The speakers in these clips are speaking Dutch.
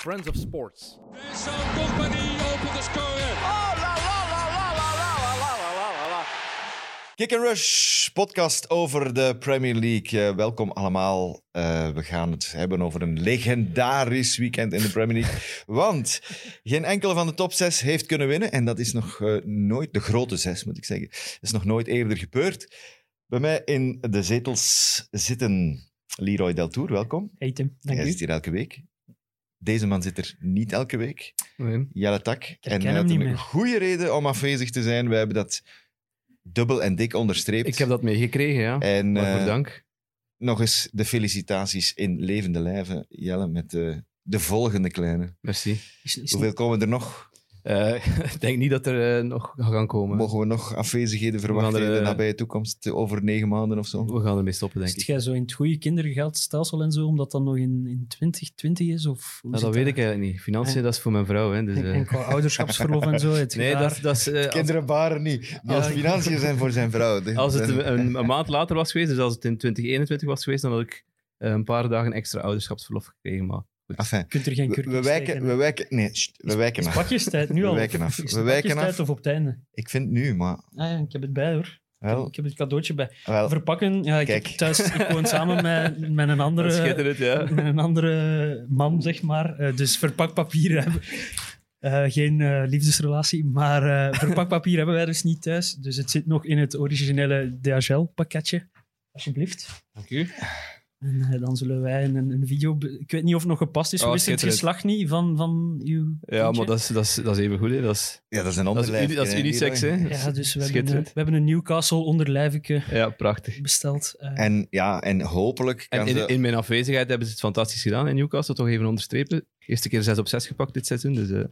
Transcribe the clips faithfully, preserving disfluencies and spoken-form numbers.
Friends of Sports. Vincent Kompany opent de score. Oh, la la la la la la la la la la. Kick and Rush, podcast over de Premier League. Uh, welkom allemaal. Uh, we gaan het hebben over een legendarisch weekend in de Premier League. Want geen enkele van de top zes heeft kunnen winnen. En dat is nog uh, nooit, de grote zes moet ik zeggen, dat is nog nooit eerder gebeurd. Bij mij in de zetels zitten Leroy Deltour, welkom. Hey Tim, dank Hij u. zit hier elke week. Deze man zit er niet elke week. Nee. Jelle Tak. En ken hij hem had niet een meer. goede reden om afwezig te zijn. Wij hebben dat dubbel en dik onderstreept. Ik heb dat meegekregen, ja. En Waarvoor uh, dank. nog eens de felicitaties in levende lijven, Jelle, met de, de volgende kleine. Merci. Is, is Hoeveel komen er nog? Uh, ik denk niet dat er uh, nog gaan komen. Mogen we nog afwezigheden verwachten er, uh, in de nabije toekomst, over negen maanden of zo? We gaan ermee stoppen, denk Zit ik. jij zo in het goede kindergeldstelsel en zo, omdat dat nog in, in twintig twintig is? Of hoe Nou, zit dat weet ik eigenlijk niet. Financiën, Eh. dat is voor mijn vrouw. Hè, dus, En, uh... en qua ouderschapsverlof en zo. Het Nee, daar. dat, dat is... Uh, als, Kinderen baren niet. Ja, Als ik- financiën zijn voor zijn vrouw. als het een, een, een maand later was geweest, dus als het in twintig eenentwintig was geweest, dan had ik uh, een paar dagen extra ouderschapsverlof gekregen. Maar goed. Enfin, Je kunt er geen we, kurkjes we wijken, steken, we hè. wijken... Nee, sst, we wijken Is af. pakjestijd nu We al? wijken af. Is We het wijken pakjestijd af. of op het einde? Ik vind nu, maar... Ah, ja, ik heb het bij hoor. Wel, Ik heb het cadeautje bij. wel Verpakken, ja, ik, Kijk. heb thuis, ik woon samen met, met, een andere, Schitterend, ja. met een andere man, zeg maar. Uh, dus verpakpapier hebben... Uh, geen uh, liefdesrelatie, maar uh, verpakpapier hebben wij dus niet thuis. Dus het zit nog in het originele D H L-pakketje. Alsjeblieft. Dank u. En uh, dan zullen wij een, een video... Be- ik weet niet of het nog gepast is. Oh, Hoe is het schitterend. geslacht niet van, van uw Ja, kindje? maar dat is, dat is, dat is even goed. Hè. Dat is, Ja, dat is een dat is, onderlijf. uni- dat is unisex, hè. Ja, dus we hebben, een, Schitterend. we hebben een Newcastle onderlijfje Ja, prachtig. besteld. Uh, En ja, en hopelijk kan En in, ze... in mijn afwezigheid hebben ze het fantastisch gedaan in Newcastle, toch even onderstrepen. Eerste keer zes op zes gepakt dit seizoen, dus uh,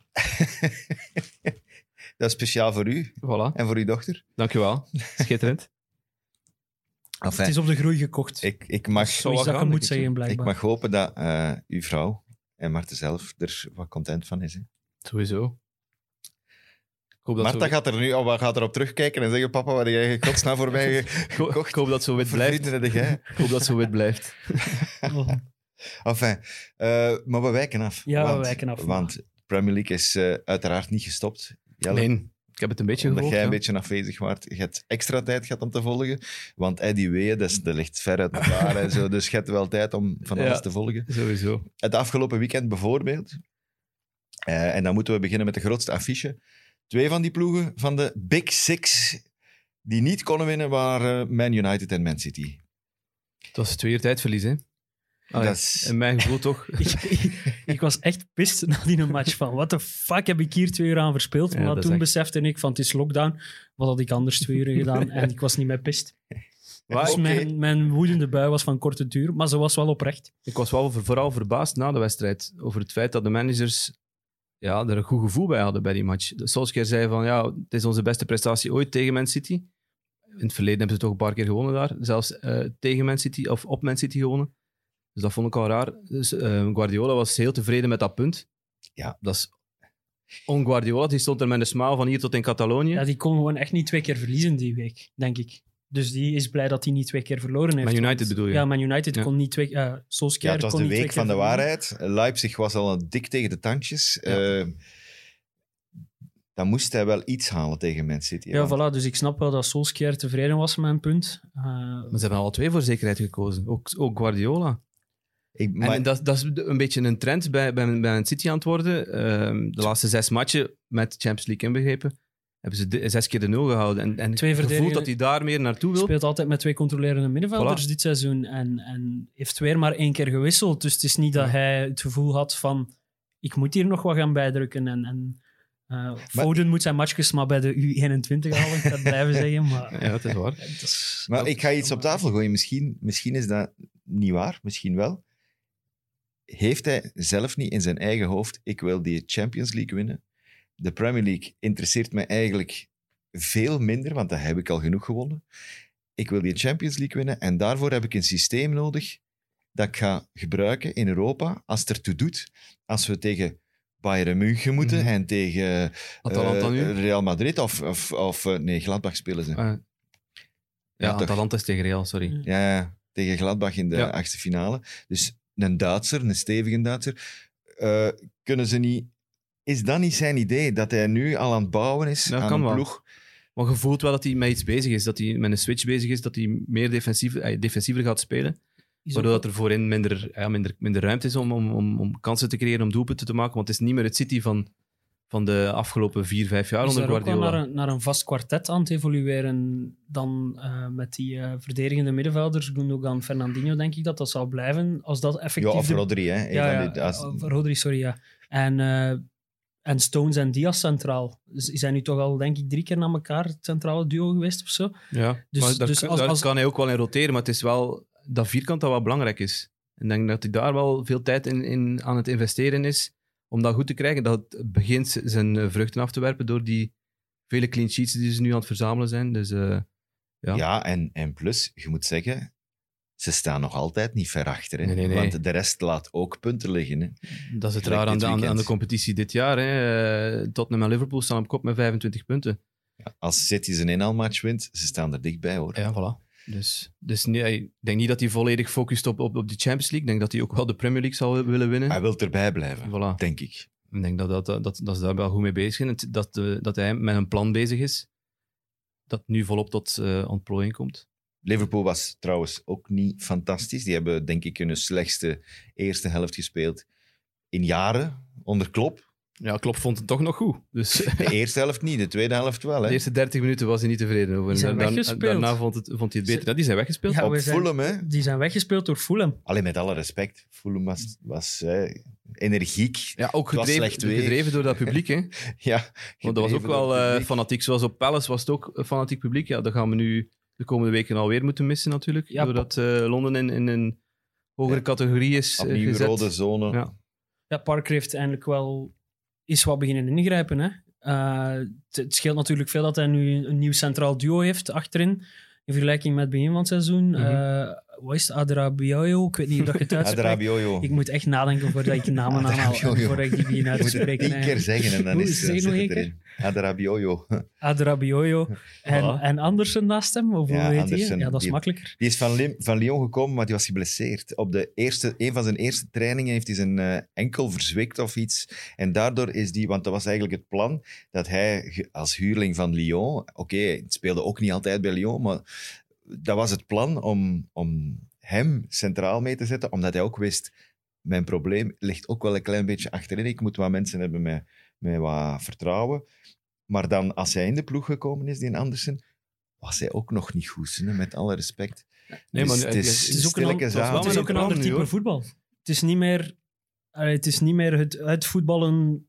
Dat is speciaal voor u voilà. en voor uw dochter. Dankjewel. Schitterend. Enfin, het is op de groei gekocht. ik, ik, mag, Zo Zoals dat je gaan, moet denk ik, zeggen, ik blijkbaar. mag hopen dat uh, uw vrouw en Marten zelf er wat content van is. Hè. Sowieso. Ik hoop dat Marta zo... gaat er nu al gaat erop terugkijken en zeggen: Papa, wat heb jij godsnaam voor mij Ik ho- gekocht? Ik hoop dat zo wit Voor blijft. vrienden heb jij? Ik hoop dat zo wit blijft. Oh. Enfin, uh, maar we wijken af. Ja, we want, wijken af. Want de Premier League is uh, uiteraard niet gestopt. Jelle, Nee, ik heb het een beetje omdat gevolgd. jij een ja. beetje afwezig waart. Je hebt extra tijd gehad om te volgen. Want Eddie Weeën, dat, is- dat ligt ver uit elkaar en zo. Dus je hebt wel tijd om van Ja. alles te volgen. Sowieso. Het afgelopen weekend bijvoorbeeld. Uh, en dan moeten we beginnen met de grootste affiche. Twee van die ploegen van de Big Six die niet konden winnen waren Man United en Man City. Het was twee uur tijdverlies, hè? Allee, Dat is- in mijn gevoel toch. ik, ik, ik was echt pist na die match van what the fuck heb ik hier twee uur aan verspeeld. Ja, Maar dat is toen echt- besefte ik van het is lockdown. Wat had ik anders twee uur gedaan? En ik was niet meer pist. Maar Dus oké. mijn, mijn woedende bui was van korte duur. Maar ze was wel oprecht. Ik was wel voor- vooral verbaasd na de wedstrijd over het feit dat de managers ja, er een goed gevoel bij hadden bij die match. Solskjaer zei van ja, het is onze beste prestatie ooit tegen Man City. In het verleden hebben ze toch een paar keer gewonnen daar. Zelfs uh, tegen Man City of op Man City gewonnen. Dus dat vond ik al raar. Dus, uh, Guardiola was heel tevreden met dat punt. Ja. Dat is on-Guardiola. Die stond er met een smile van hier tot in Catalonië. Ja, die kon gewoon echt niet twee keer verliezen die week, denk ik. Dus die is blij dat hij niet twee keer verloren heeft. Man United Want- bedoel je? Ja, Man United Ja. kon niet twee keer... Uh, Ja, Solskjaer het was kon de niet week twee van de keer verliezen. waarheid. Leipzig was al dik tegen de tandjes. Ja. Uh, dan moest hij wel iets halen tegen Man City. Ja, want- voilà. Dus ik snap wel dat Solskjaer tevreden was met mijn punt. Uh, Maar ze hebben alle twee voor zekerheid gekozen. Ook, ook Guardiola. Ik, maar, En dat, dat is een beetje een trend bij, bij, bij Man City aan het worden. Ehm, de laatste zes matchen, met Champions League inbegrepen, hebben ze de- zes keer de nul gehouden. En, en Twee het gevoel verdedigende- dat hij daar meer naartoe wil. speelt altijd met twee controlerende middenvelders Voilà. dit seizoen. En, en heeft weer maar één keer gewisseld. Dus het is niet dat Ja. hij het gevoel had van... Ik moet hier nog wat gaan bijdrukken. En, en uh, Foden moet zijn matchjes maar bij de U eenentwintig halen. Ik ga het blijven zeggen. Maar, Ja, het is waar. het is- maar ik ga iets op tafel gooien. Misschien, misschien is dat niet waar, misschien wel. Heeft hij zelf niet in zijn eigen hoofd, ik wil die Champions League winnen. De Premier League interesseert mij eigenlijk veel minder, want dat heb ik al genoeg gewonnen. Ik wil die Champions League winnen en daarvoor heb ik een systeem nodig dat ik ga gebruiken in Europa als het ertoe doet. Als we tegen Bayern München moeten Mhm. en tegen Atalanta eh, nu? Real Madrid of, of, of eh, nee, Gladbach spelen ze. Uh, ja, Ja, toch. Atalanta is tegen Real, sorry. Ja, ja, tegen Gladbach in de Ja. achtste finale. Dus een Duitser, een stevige Duitser. uh, kunnen ze niet... Is dat niet zijn idee, dat hij nu al aan het bouwen is Dat aan kan een wel. ploeg? Maar je voelt wel dat hij met iets bezig is, dat hij met een switch bezig is, dat hij meer defensief, eh, defensiever gaat spelen. Is Waardoor ook- dat er voorin minder, ja, minder, minder ruimte is om, om, om, om kansen te creëren, om doelpunten te maken. Want het is niet meer het City van, van de afgelopen vier, vijf jaar is onder daar ook wel Guardiola. naar een, naar een vast kwartet aan het evolueren dan uh, met die uh, verdedigende middenvelders. Gundogan, Fernandinho, denk ik dat dat zal blijven. Als dat Ja, effectief... of de- Rodri, hè. Een Ja, van ja, die- als- of Rodri, sorry, ja. En, uh, en Stones en Diaz centraal. Dus die zijn nu toch al, denk ik, drie keer na elkaar het centrale duo geweest of zo. Ja, Dus- maar daar, dus als- daar als- kan hij ook wel in roteren, maar het is wel dat vierkant dat wel belangrijk is. En ik denk dat hij daar wel veel tijd in, in aan het investeren is om dat goed te krijgen. Dat het begint z- zijn eh, vruchten af te werpen door die vele clean sheets die ze nu aan het verzamelen zijn. Dus uh, ja. Ja, en, en plus, je moet zeggen, ze staan nog altijd niet ver achter. Hè? Nee, nee, nee. Want de rest laat ook punten liggen. Hè? Dat is het Gelijk raar aan dit de, aan, de- aan de weekend. competitie dit jaar. Hè. Uh, Tottenham en Liverpool staan op kop met vijfentwintig punten. Ja, als City zijn inhaalmatch wint, ze staan er dichtbij, hoor. Ja, voilà. Dus, dus nee, ik denk niet dat hij volledig focust op, op, op de Champions League. Ik denk dat hij ook wel de Premier League zal willen winnen. Hij wil erbij blijven, Voilà. denk ik. Ik denk dat, dat, dat, dat, dat ze daar wel goed mee bezig zijn. Het- Dat, uh, dat hij met een plan bezig is. Dat nu volop tot uh, ontplooiing komt. Liverpool was trouwens ook niet fantastisch. Die hebben, denk ik, hun slechtste eerste helft gespeeld in jaren, onder Klopp. Ja, Klopp vond het toch nog goed. Dus De eerste helft niet, de tweede helft wel. Hè? de eerste dertig minuten was hij niet tevreden over. Die zijn En dan- weggespeeld. Daarna vond, het, vond hij het beter. Ze- Ja, die zijn weggespeeld. Ja, Op we zijn- Fulham, hè? Die zijn weggespeeld door Fulham. Alleen met alle respect. Fulham was, was eh, energiek. Ja, ook Het was gedreven, slecht weer. gedreven door dat publiek. Hè. Ja, Want dat was ook gedreven wel door het eh, publiek. fanatiek. Zoals op Palace was het ook een fanatiek publiek. Ja, dat gaan we nu de komende weken alweer moeten missen natuurlijk. Ja, doordat eh, Londen in, in een hogere Ja. categorie is eh, Opnieuw gezet. rode zone. Ja. Ja, Parker heeft eindelijk wel is wat beginnen ingrijpen. Hè? Uh, het, het scheelt natuurlijk veel dat hij nu een nieuw centraal duo heeft achterin. In vergelijking met het begin van het seizoen. Mhm. Uh, wat is het? Adrabioyo? Ik weet niet hoe dat je het uitspreekt. Adrabioyo. Ik moet echt nadenken voordat ik de namen aanhaal. Adrabioyo. Voordat ik die begin uit Je te moet het spreken. tien keer zeggen en dan Hoe, is zeg het nog zit één het erin. Adrabioyo. Adrabioyo. En, Voilà. en Andersen naast hem? Of hoe Ja, heet Andersen, die? Ja, dat is die- makkelijker. Die is van, Lim- van Lyon gekomen, maar die was geblesseerd. Op de eerste, een van zijn eerste trainingen heeft hij zijn eh, enkel verzwikt of iets. En daardoor is die... Want dat was eigenlijk het plan, dat hij ge- als huurling van Lyon... Oké, het speelde ook niet altijd bij Lyon, maar dat was het plan om, om hem centraal mee te zetten, omdat hij ook wist, mijn probleem ligt ook wel een klein beetje achterin. Ik moet wat mensen hebben met, met wat vertrouwen. Maar dan, als hij in de ploeg gekomen is, die Andersen, was hij ook nog niet goed, hè, met alle respect. Nee, Dus maar het het is, is- Het is ook een, an- stilletjes het was aan. wel het is met ook een een ander plan nu, type hoor. voetbal. Het is niet meer, allee, het, is niet meer het uitvoetballen.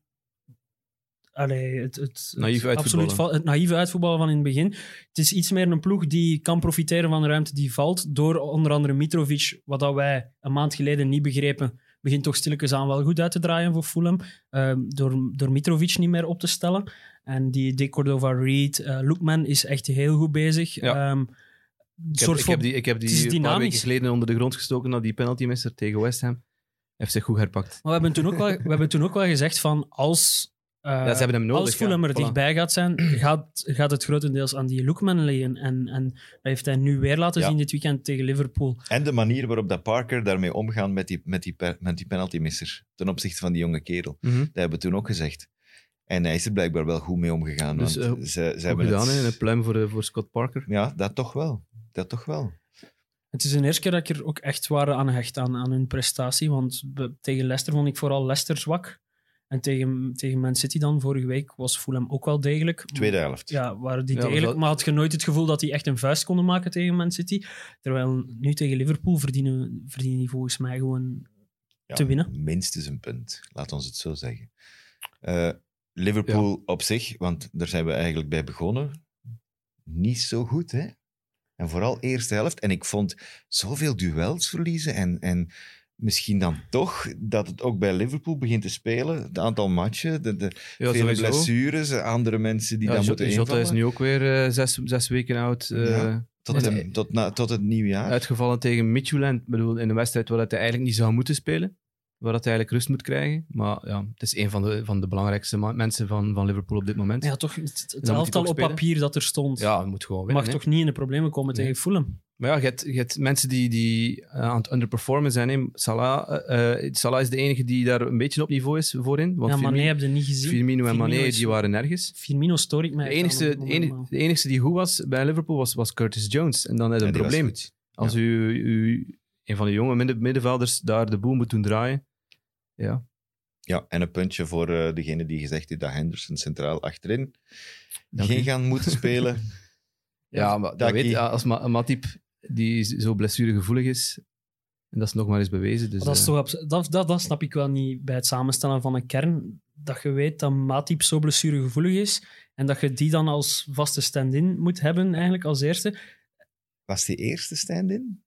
Allee, het, het, Naïef het, absoluut uitvoetballen. va- het naïeve uitvoetballen van in het begin. Het is iets meer een ploeg die kan profiteren van de ruimte die valt. Door onder andere Mitrovic, wat dat wij een maand geleden niet begrepen, begint toch stilletjes aan wel goed uit te draaien voor Fulham. Ehm, door, door Mitrovic niet meer op te stellen. En die De Cordova-Reed, uh, Lookman is echt heel goed bezig. Ja. Ehm, Ik heb, soort ik van- heb die, ik heb het is die een paar dynamisch. weken geleden onder de grond gestoken naar die penaltymisser tegen West Ham. Hij heeft zich goed herpakt. Maar we hebben toen ook wel, we hebben toen ook wel gezegd van als, uh, Ja, ze hebben hem nodig, als Fulham ja. er Voilà. dichtbij gaat zijn, gaat, gaat het grotendeels aan die Lookman liggen. En, en dat heeft hij nu weer laten Ja. zien dit weekend tegen Liverpool. En de manier waarop dat Parker daarmee omgaat met die, met die, pe- met die penaltymisser ten opzichte van die jonge kerel. Mhm. Dat hebben we toen ook gezegd. En hij is er blijkbaar wel goed mee omgegaan. Dus, want eh, ze, ze Goed hebben gedaan, het- hè. Een pluim voor, eh, voor Scott Parker. Ja, dat toch wel. Dat toch wel. Het is de eerste keer dat ik er ook echt waar aan hecht aan, aan hun prestatie. Want be- tegen Leicester vond ik vooral Leicester zwak. En tegen, tegen Man City dan, vorige week, was Fulham ook wel degelijk. Tweede helft. Ja, waren die Ja, degelijk. was dat- Maar had je nooit het gevoel dat die echt een vuist konden maken tegen Man City? Terwijl nu tegen Liverpool verdienen, verdienen die volgens mij gewoon Ja, te winnen. Minstens een punt, laat ons het zo zeggen. Eh, Liverpool op zich, want daar zijn we eigenlijk bij begonnen, niet zo goed, hè? En vooral eerste helft. En ik vond zoveel duels verliezen en, en misschien dan toch dat het ook bij Liverpool begint te spelen. Het aantal matchen, de, de Ja, vele sowieso. blessures, andere mensen die Ja, dan Jota- moeten Jota invallen. is nu ook weer eh, zes, zes weken oud. eh, Ja. Tot, Net- de- tot, na, tot het nieuwjaar. Uitgevallen tegen Midtjylland. Ik bedoel, in een wedstrijd waar hij eigenlijk niet zou moeten spelen. waar dat hij eigenlijk rust moet krijgen. Maar ja, het is een van de, van de belangrijkste ma- mensen van, van Liverpool op dit moment. Ja, toch, het, het moet hij elftal toch op spelen. papier dat er stond, Ja, het moet gewoon winnen. mag hè. toch niet in de problemen komen Nee. tegen Fulham. Maar ja, je hebt, je hebt mensen die, die uh, aan het underperformen zijn. Hè. Salah, uh, uh, Salah is de enige die daar een beetje op niveau is voorin. Want Ja, Mané Firmino, heb je niet gezien. Firmino en Firmino Mané is- die waren nergens. Firmino stoor ik mij De echt aan enigste, op dit de, moment, enige, maar- de enigste die goed was bij Liverpool was, was Curtis Jones. En dan heb je Ja, een die was probleem. goed. Als Ja. u, u een van de jonge midden, middenvelders daar de boel moet doen draaien. Ja. Ja, en een puntje voor uh, degene die gezegd heeft dat Henderson centraal achterin Dank geen u. gaan moeten spelen. Ja, maar dat Daki. weet, als Ma- een Matip die zo blessuregevoelig is, en dat is nog maar eens bewezen. Dus, dat, is eh, toch abs- dat, dat, dat snap ik wel niet bij het samenstellen van een kern. Dat je weet dat Matip zo blessuregevoelig is en dat je die dan als vaste stand-in moet hebben, eigenlijk als eerste. Was die eerste stand-in?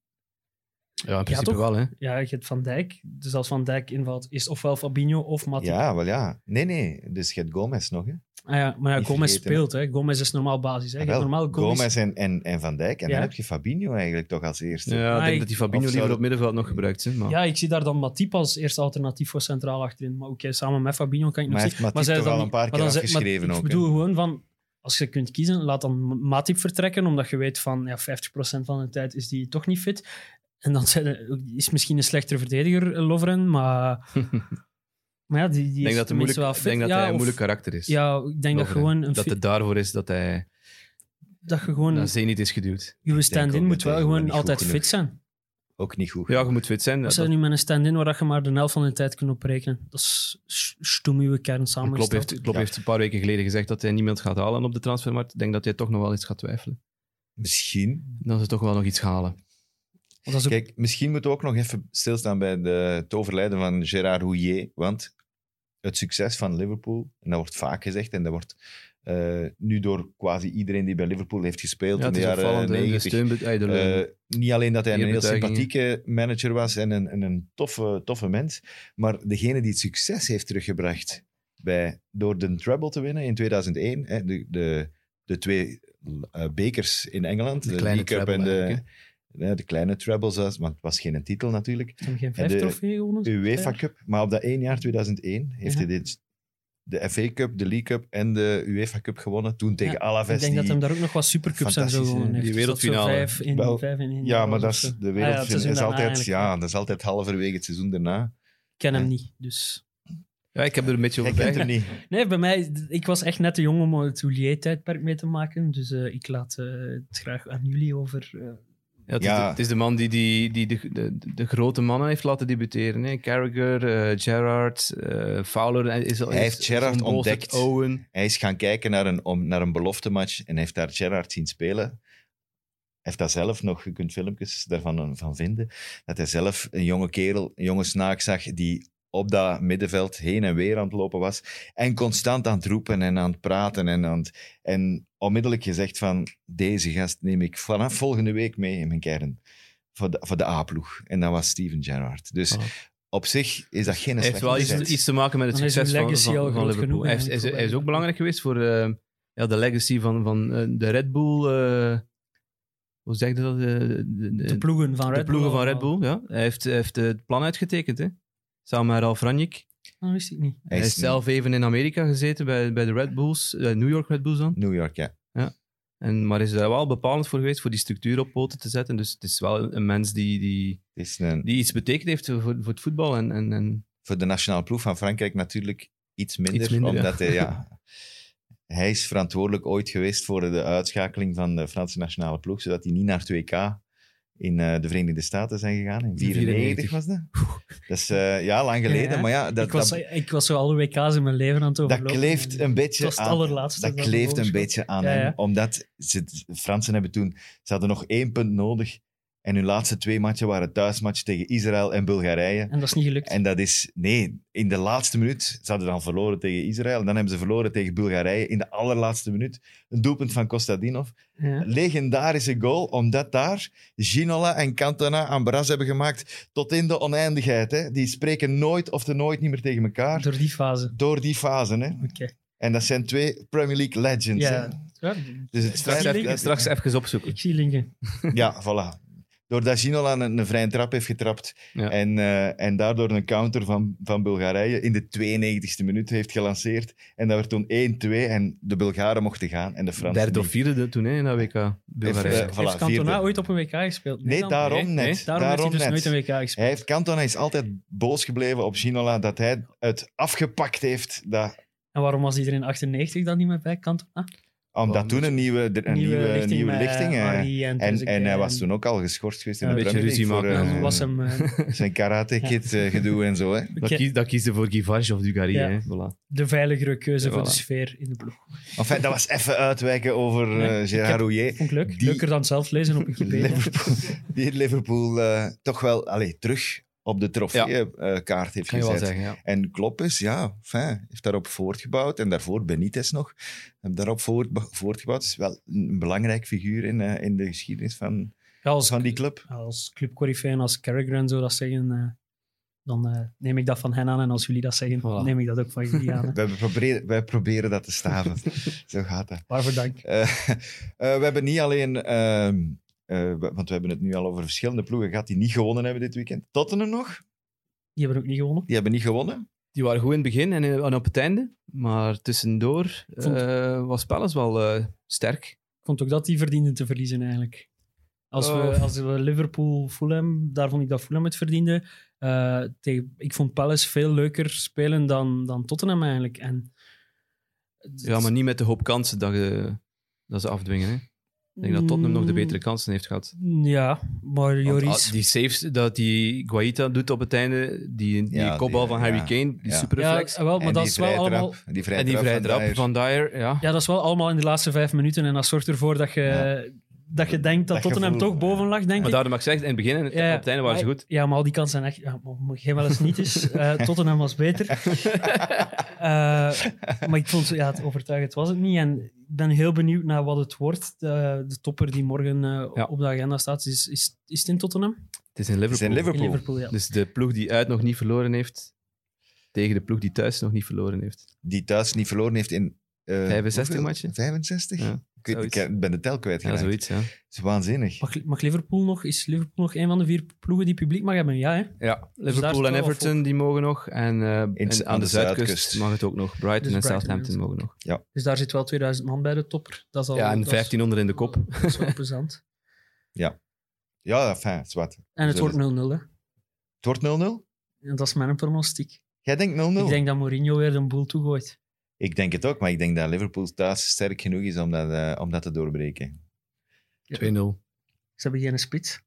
ja, in principe toch? wel. Hè. Ja, je hebt Van Dijk. Dus als Van Dijk invalt, is het ofwel Fabinho of Matip. Ja, wel ja. Nee, nee. Dus je hebt Gomez nog, hè? Ah ja, maar ja, Niet Gomez vergeten, speelt. Hè. Gomez is normaal basis. Hè. Je Ah, hebt wel, normaal Gomez. Gomez en, en, en Van Dijk. En Ja. dan heb je Fabinho eigenlijk toch als eerste. Ja, ik Ah, denk ik- dat die Fabinho of liever zou- op middenveld nog gebruikt. Hè, maar... Ja, ik zie daar dan Matip als eerste alternatief voor centraal achterin. Maar oké, samen met Fabinho kan ik nog Maar zien. heeft Matip zij toch dan al niet- een paar maar keer dan zeg- afgeschreven maar ook, Ik hè? bedoel gewoon van, als je kunt kiezen, laat dan Matip vertrekken, omdat je weet van ja, vijftig procent van de tijd is die toch niet fit. En dan zijn er- is misschien een slechtere verdediger, eh, Lovren, maar, maar ja, die, die ik is denk dat, hij tenminste moeilijk, wel ik fit. denk dat ja, hij een of- moeilijk karakter is. Ja, ik denk dat Lovren. gewoon een dat fit- het daarvoor is dat hij dat je gewoon naar zee niet is geduwd. je stand-in ook moet dat wel hij gewoon gewoon niet altijd goed fit genoeg zijn. Ook niet goed. Ja, je moet fit zijn. Als Dat, er nu met een stand-in waar je maar de helft van de tijd kunt oprekenen, dat is s- stoem uw kern Klopp samengesteld. heeft, Klopp Ja. heeft een paar weken geleden gezegd dat hij niemand gaat halen op de transfermarkt. Ik denk dat hij toch nog wel eens gaat twijfelen. Misschien. Dan ze toch wel nog iets gaan halen. Want dat is ook- Kijk, misschien moeten we ook nog even stilstaan bij de, het overlijden van Gérard Houllier. Want het succes van Liverpool, en dat wordt vaak gezegd, en dat wordt eh, nu door quasi iedereen die bij Liverpool heeft gespeeld Ja, in het de is jaren opvallend. hè. De negentig. steun, ay, de- Eh, niet alleen dat hij een heel Eerbetuigingen. sympathieke manager was en een, en een toffe, toffe mens, maar degene die het succes heeft teruggebracht bij, door de treble te winnen in tweeduizend één, hè, de, de, de twee eh, bekers in Engeland, De de, kleine League Cup en treble de, eigenlijk, ja, de kleine trebles, want het was geen titel natuurlijk. Ze hebben geen En vijf de trofeeën gewonnen. UEFA Cup, maar op dat één jaar, tweeduizend één, heeft Ja. hij dit, de F A Cup, de League Cup en de UEFA Cup gewonnen. Toen tegen Ja, Alaves. Ik denk dat die- hij daar ook nog wat supercups en zo fantastische- gewonnen heeft. die Dus dat zo wereldfinale. Vijf in, Wel, vijf in één Ja, jaar maar was dat of is, zo. de Ah ja, het wereld seizoen is, daarna altijd, eigenlijk, ja, dat is altijd halverwege het seizoen daarna. Ik ken hem Ja. niet, dus... ja, ik heb er een beetje Jij over kent hem bij. niet. Nee, bij mij... Ik was echt net te jong om het Houllier-tijdperk mee te maken, dus eh, ik laat eh, het graag aan jullie over... eh, Ja, het, is Ja. de, het is de man die, die, die de, de, de grote mannen heeft laten debuteren. Hè. Carragher, eh, Gerrard, eh, Fowler. Hij, is, Hij heeft is- Gerrard John Bolton, ontdekt. Owen. Hij is gaan kijken naar een, om, naar een beloftematch en heeft daar Gerrard zien spelen. Hij heeft dat zelf nog, je kunt filmpjes daarvan van vinden, dat hij zelf een jonge kerel, een jonge snaak zag die op dat middenveld heen en weer aan het lopen was en constant aan het roepen en aan het praten en, aan het, en onmiddellijk gezegd van deze gast neem ik vanaf volgende week mee in mijn kern voor de, voor de A-ploeg. En dat was Steven Gerrard. Dus Ah. op zich is dat geen Hij heeft slechte wel iets, zet. iets te maken met het Dan is succes uw van, legacy van, al van groot Liverpool. genoeg, Hij, heeft- eigenlijk, hij, is, hij is voor ook belangrijk geweest voor eh, ja, de legacy van, van eh, de Red Bull. eh, hoe zeg je dat? De, de, de- de ploegen van de Red Bull. ploegen van Red allemaal. Bull. Ja. Hij, heeft, hij heeft het plan uitgetekend. Hè. Samen met Ralf Rangnick. Dat wist ik niet. Hij Hij is is zelf even in Amerika gezeten bij, bij de Red Bulls, eh, New York Red Bulls dan. New York, ja. En, maar is daar wel bepalend voor geweest voor die structuur op poten te zetten. Dus het is wel een mens die, die, Het is een, die iets betekend heeft voor, voor het voetbal. En, en, en voor de nationale ploeg van Frankrijk natuurlijk iets minder. Iets minder, omdat ja. hij, ja, hij is verantwoordelijk ooit geweest voor de uitschakeling van de Franse nationale ploeg, zodat hij niet naar het W K in eh, de Verenigde Staten zijn gegaan. In vierennegentig was dat. Dat is eh, ja, lang geleden. Ja, ja. Maar ja, dat, ik, was, dat, ik was zo alle W K's in mijn leven aan het dat overlopen. kleeft een beetje Het was het aan. allerlaatste. Dat dat kleeft boven een schoot. beetje aan Ja, hem. ja. Omdat ze, de Fransen hebben toen... Ze hadden nog één punt nodig. En hun laatste twee matchen waren thuismatch tegen Israël en Bulgarije. En dat is niet gelukt. En dat is... Nee, in de laatste minuut... Ze hadden dan verloren tegen Israël. En dan hebben ze verloren tegen Bulgarije. In de allerlaatste minuut. Een doelpunt van Kostadinov. Ja. Legendarische goal, omdat daar Ginola en Cantona aan Bras hebben gemaakt tot in de oneindigheid. Hè. Die spreken nooit of te nooit niet meer tegen elkaar. Door die fase. Door die fase. Hè. Oké. En dat zijn twee Premier League legends. Hè. Ja. Ja, Dus het straks, feit even, dat- straks even opzoeken. ik zie linken. Ja, voilà. doordat Ginola een, een vrije trap heeft getrapt Ja. en, uh, en daardoor een counter van, van Bulgarije in de tweeënnegentigste minuut heeft gelanceerd. En dat werd toen één twee en de Bulgaren mochten gaan en de Fransen Derde of niet. vierde toen hè, in dat W K. Bulgarije. Heeft, uh, voilà, heeft Cantona vierde. ooit op een W K gespeeld? Nee, dan? daarom Nee, net. nee. Daarom, heeft hij dus net. nooit een W K gespeeld. Hij heeft, Cantona is altijd boos gebleven op Ginola dat hij het afgepakt heeft. Dat, En waarom was hij er in achtennegentig dan niet meer bij, Cantona? omdat toen een nieuwe, een nieuwe, lichting. Nieuwe met lichting uh, Harry en, en, en hij was en- toen ook al geschorst geweest in Ja, de een beetje Premier League ruzie voor maken. uh, Dan was hem... eh, zijn karate kid uh, gedoe en zo. Hè. Dat, Oké. kies, dat kiezen voor Guivarch of Dugarry. Ja. Hè. Voilà. de veiligere keuze Ja, voor de voilà. sfeer in de ploeg. Enfin, dat was even uitwijken over uh, Nee, ik Gérard heb- Rouillet. Vond ik leuk. Die- Leuker dan zelf lezen op Wikipedia. Liverpool, die Liverpool uh, toch wel allee, terug op de trofeekaart heeft Kan je wel gezet. zeggen, ja. En Klopp is, ja, fijn, heeft daarop voortgebouwd. En daarvoor Benitez nog. Heeft daarop voort, voortgebouwd. Is wel een belangrijk figuur in, uh, in de geschiedenis van, Ja, als, van die club. als clubcorifee en als Carragher en zo dat zeggen, eh, dan eh, neem ik dat van hen aan. En als jullie dat zeggen, Voilà. neem ik dat ook van jullie aan. hè. Wij proberen, wij proberen dat te staven. Zo gaat dat. Waarvoor dank. Uh, uh, we hebben niet alleen... Uh, uh, want we hebben het nu al over verschillende ploegen gehad die niet gewonnen hebben dit weekend. Tottenham nog. Die hebben ook niet gewonnen. Die hebben niet gewonnen. Die waren goed in het begin en, en op het einde. Maar tussendoor Vond- uh, was Palace wel uh, sterk. Ik vond ook dat die verdienden te verliezen eigenlijk. Als we, Oh. als we Liverpool-Fulham, daar vond ik dat Fulham het verdiende. Eh, tegen, ik vond Palace veel leuker spelen dan, dan Tottenham eigenlijk. En, Ja, maar niet met de hoop kansen dat, je, dat ze afdwingen. Hè. Ik denk dat Tottenham nog de betere kansen heeft gehad. Ja, maar Want, Joris... ah, die saves dat die Guaita doet op het einde, die, die Ja, kopbal die- van Harry ja, Kane, die ja. superreflex. Ja, wel, maar en dat die is wel vrije allemaal... trap, die vrije en die trap vrije van trap Dyer. van Dyer, ja. Ja, dat is wel allemaal in de laatste vijf minuten. En dat zorgt ervoor dat je, Ja. dat je denkt dat, Dat Tottenham gevoel, toch boven lag, denk Maar ik. daarom mag ik zeggen, in het begin en het- Ja, op het einde waren ze maar- goed. Ja, maar al die kansen zijn echt... Ja, maar geen wel eens niet is. Eh, Tottenham was beter. Eh, maar ik vond, ja, het overtuigend was het niet. En ik ben heel benieuwd naar wat het wordt. De, de topper die morgen eh, Ja. op de agenda staat, is, is, is het in Tottenham? Het is in Het is Liverpool. in Liverpool. In Liverpool, ja. Dus de ploeg die uit nog niet verloren heeft, tegen de ploeg die thuis nog niet verloren heeft. Die thuis niet verloren heeft in... uh, vijfenzestig hoeveel? matchen? vijfenzestig? Ja, ik, weet, ik zoiets. ben de tel Ja, kwijtgeraakt. zoiets, ja. Dat is waanzinnig. Mag, mag Liverpool nog, is Liverpool nog een van de vier ploegen die publiek mag hebben? Ja, hè? Ja, daar Liverpool is en het wel Everton die mogen nog. En, uh, en aan aan de de zuidkust, zuidkust. mag het ook nog. Brighton Dus en Brighton Southampton en- mogen nog. Dus daar zit wel tweeduizend man bij de topper. Dat is al, Ja, en dat is- vijftienhonderd in de kop. Dat is wel plezant. Ja, fijn, zwart. En het Zo wordt is nul nul, hè. Het wordt nul nul? En dat is mijn pronostiek. Jij denkt nul nul? Ik denk dat Mourinho weer een boel toegooit. Ik denk het ook, maar ik denk dat Liverpool thuis sterk genoeg is om dat, uh, om dat te doorbreken. twee nul. Ze hebben geen spits.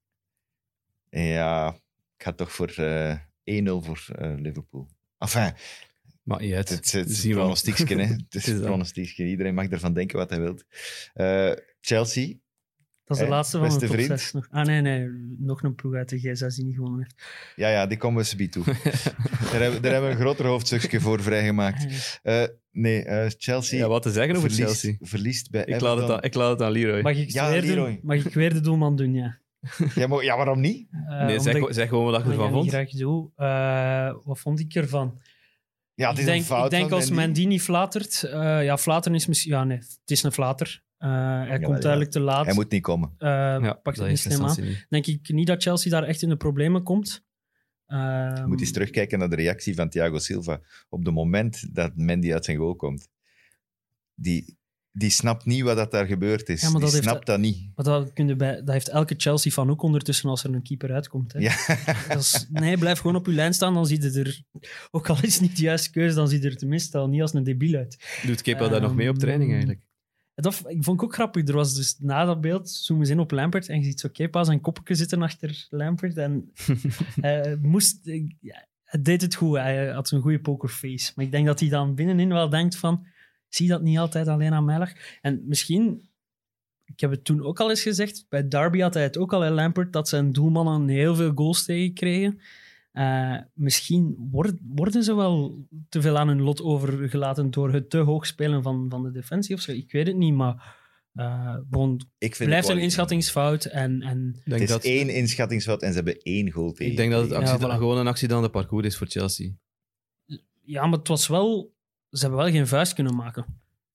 Ja, ik ga toch voor uh, één nul voor uh, Liverpool. Enfin, Maar niet uit. het, het, het is Zien een we. pronostiekje, hè. Het is is een dat. pronostiekje. Iedereen mag ervan denken wat hij wil. Uh, Chelsea, Dat is de Eh, laatste van de beste top vriend. zes. Nog. Ah, nee, nee. Nog een ploeg uit de G zes die niet gewonnen heeft. ja, ja, die komen we subiet toe. daar, hebben, daar hebben we een groter hoofdstukje voor vrijgemaakt. Eh, Uh, nee, uh, Chelsea Ja, wat te zeggen over verliest, Chelsea? verliest bij Ik laat, Everton. het aan, ik laat het aan Leroy. Mag ik, Ja, weer Leroy. doen? Mag ik weer de doelman doen, ja. Ja, maar, ja, waarom niet? Uh, nee, omdat zeg, ik- zeg gewoon wat je omdat ik ervan dat niet vond. graag doe. Uh, wat vond ik ervan? Ja, het is ik denk, een fout ik denk van als Mendy. Mendy niet flatert... Uh, ja, flateren is misschien... Ja, nee. Het is een flater. Uh, hij Jawel, komt ja. eigenlijk te laat. Hij moet niet komen. Uh, Ja, pak dat het is niet slim aan. instantie niet. Denk ik niet dat Chelsea daar echt in de problemen komt. Uh, Je moet eens terugkijken naar de reactie van Thiago Silva op het moment dat Mendy uit zijn goal komt. Die, die snapt niet wat dat daar gebeurd is. Ja, maar die dat heeft- snapt dat niet. Maar dat, kun je bij, dat heeft elke Chelsea-fan ook ondertussen als er een keeper uitkomt. Hè. Ja. Dat is- nee, blijf gewoon op je lijn staan, dan zie je er... Ook al is het niet de juiste keuze, dan zie je er tenminste al niet als een debiel uit. Doet Kepa daar nog mee op training eigenlijk? Dat ik vond ik ook grappig. Er was dus na dat beeld, zoomen ze in op Lampert en je ziet zo Kepa zijn koppetje zitten achter Lampert. En hij moest... ja, hij deed het goed, hij had een goede pokerface. Maar ik denk dat hij dan binnenin wel denkt van... Zie dat niet altijd alleen aan mij lag. En misschien... Ik heb het toen ook al eens gezegd. Bij Derby had hij het ook al, hè, Lampert, dat zijn doelmannen heel veel goals tegenkregen. Uh, misschien word, worden ze wel te veel aan hun lot overgelaten door het te hoog spelen van, van de defensie of zo. Ik weet het niet, maar uh, bon, Ik vind blijft het een wel- inschattingsfout. En, en Ik Het denk, is dat, één inschattingsfout en ze hebben één goal tegen. ik denk dat het Ja, accident, voilà. gewoon een accident de parcours is voor Chelsea. ja, maar het was wel... Ze hebben wel geen vuist kunnen maken.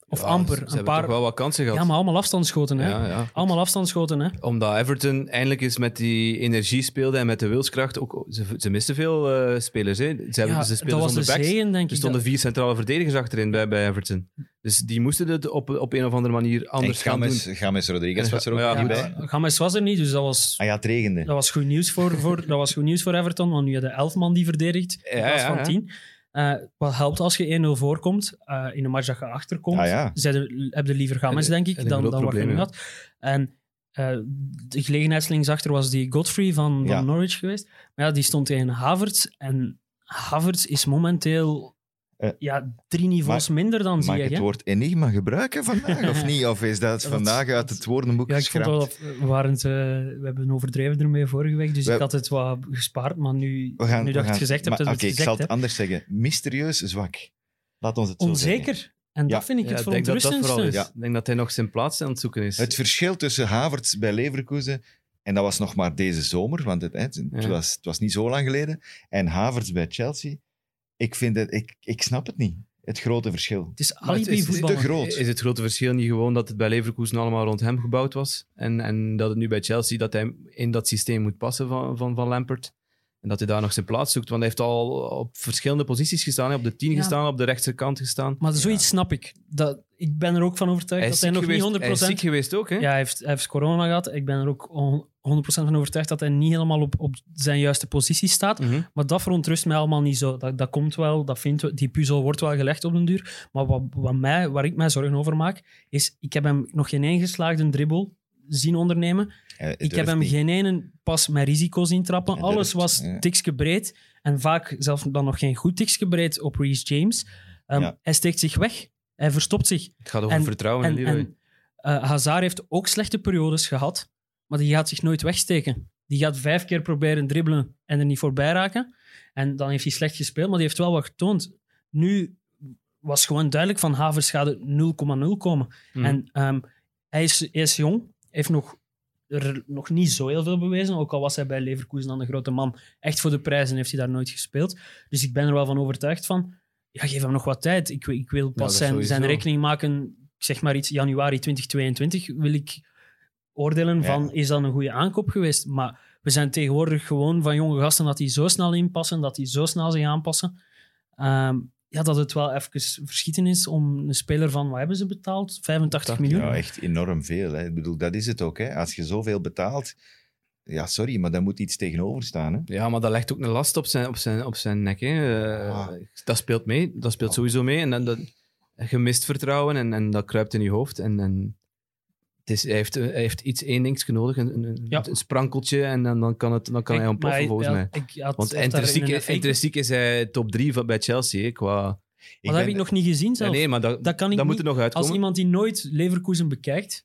Of Ja, amper. Ze, ze een hebben paar... toch wel wat kansen gehad. Ja, maar allemaal afstandsschoten. Hè? Ja, ja. Allemaal afstandsschoten. Hè? Omdat Everton eindelijk eens met die energie speelde en met de wilskracht. Ook, ze, ze misten veel uh, spelers. Hè. Ze, hebben, Ja, ze speelden dat was zonder de backs. zegen, denk Er ik. stonden dat- vier centrale verdedigers achterin bij, bij Everton. Dus die moesten het op, op een of andere manier En anders gaan doen. James, James Rodriguez was er ook Ja, niet goed. bij. James was er niet, dus dat was, Ah ja, het regende. dat was goed nieuws voor, voor, dat was goed nieuws voor Everton, want nu hadden elf man die verdedigt in Ja, plaats ja, van ja. tien. Uh, wat helpt als je één nul voorkomt uh, in een match dat je achterkomt. Ah ja. Ze hebben liever James, En- denk ik, en een dan, groot dan wat je probleem, nu ja. had. En uh, de gelegenheidslinksachter was die Godfrey van, van Ja. Norwich geweest. Maar ja, die stond tegen Havertz. En Havertz is momenteel Uh, ja, drie niveaus mag- minder dan Mag zie ik je. het hè? woord enigma gebruiken vandaag, of niet? Of is dat Dat- vandaag uit het woordenboek Ja, ik vond geschrapt? wel, we, waren het, uh, we hebben overdreven ermee vorige week, dus We- ik had het wat gespaard, maar nu, We gaan, nu we dat je gaan- het gezegd hebt, maar, dat Oké, je ik het zal gezegd het hebt. anders zeggen. Mysterieus zwak. Laat ons het zo zeggen. Onzeker. En Ja. dat vind ik Ja, het ik denk dat dat vooral verontrustendste. is. Ik denk dat hij nog zijn plaats aan het zoeken is. Het verschil tussen Havertz bij Leverkusen, en dat was nog maar deze zomer, want het, het, het Ja. was, het was niet zo lang geleden, en Havertz bij Chelsea, ik, vind het, ik, ik snap het niet. Het grote verschil. Het is Maar het is- alibi het is voetbal. te groot. Is het grote verschil niet gewoon dat het bij Leverkusen allemaal rond hem gebouwd was? En, en dat het nu bij Chelsea, dat hij in dat systeem moet passen van, van, van Lampard? En dat hij daar nog zijn plaats zoekt? Want hij heeft al op verschillende posities gestaan. hè. Op de tien Ja. gestaan, op de rechterkant gestaan. Maar zoiets snap ik. Dat, ik ben er ook van overtuigd Hij dat is, hij ziek nog geweest, niet honderd hij is procent... ziek geweest ook, hè? Ja, hij heeft, hij heeft corona gehad. Ik ben er ook on- honderd procent van overtuigd dat hij niet helemaal op, op zijn juiste positie staat. Mhm. Maar dat verontrust mij allemaal niet zo. Dat, dat komt wel, dat vindt, we- die puzzel wordt wel gelegd op den duur. Maar wat, wat mij, waar ik mij zorgen over maak, is ik heb hem nog geen één geslaagde dribbel zien ondernemen. Hij Ik durft heb hem niet. geen ene pas met risico's intrappen. Hij Alles durft, was ja. tikske breed. En vaak zelfs dan nog geen goed tikske breed op Reece James. Um, Ja. Hij steekt zich weg. Hij verstopt zich. Het gaat over En- vertrouwen, En, hè, Leroy. en uh, Hazard heeft ook slechte periodes gehad, maar die gaat zich nooit wegsteken. Die gaat vijf keer proberen dribbelen en er niet voorbij raken. En dan heeft hij slecht gespeeld, maar die heeft wel wat getoond. Nu was gewoon duidelijk van Havertz gaat het nul komma nul komen. Mhm. En um, hij, is, hij is jong, heeft nog, er nog niet zo heel veel bewezen, ook al was hij bij Leverkusen dan de grote man. Echt voor de prijzen heeft hij daar nooit gespeeld. Dus ik ben er wel van overtuigd van, ja, geef hem nog wat tijd. Ik, ik wil dat pas is zijn, sowieso. zijn rekening maken, ik zeg maar iets, januari twintig tweeëntwintig wil ik oordelen Ja. van, is dat een goede aankoop geweest? Maar we zijn tegenwoordig gewoon van jonge gasten dat die zo snel inpassen, dat die zo snel zich aanpassen. Ehm, ja, dat het wel even verschieten is om een speler van, wat hebben ze betaald? vijfentachtig miljoen? Ja, echt enorm veel. Hè. Ik bedoel, dat is het ook. Hè. Als je zoveel betaalt, ja, sorry, maar daar moet iets tegenover staan. Hè. Ja, maar dat legt ook een last op zijn, op zijn, op zijn nek. Hè. Eh, Ah. Dat speelt mee. Dat speelt sowieso mee. En dan, dat, je mist vertrouwen en, en dat kruipt in je hoofd. En, en het is, hij, heeft, hij heeft iets één dingetje nodig, een, een, Ja. een sprankeltje, en dan, dan kan, het, dan kan hij Ik- ontploffen, maar volgens ja, mij. Ik had, Want had daar intrinsiek, in een F A intrinsiek is hij top drie van, bij Chelsea. Hè, qua... Maar dat heb ben- ik nog niet gezien Ja, zelf. nee, maar dat, dat kan ik dat niet. moet er nog uitkomen. Als iemand die nooit Leverkusen bekijkt,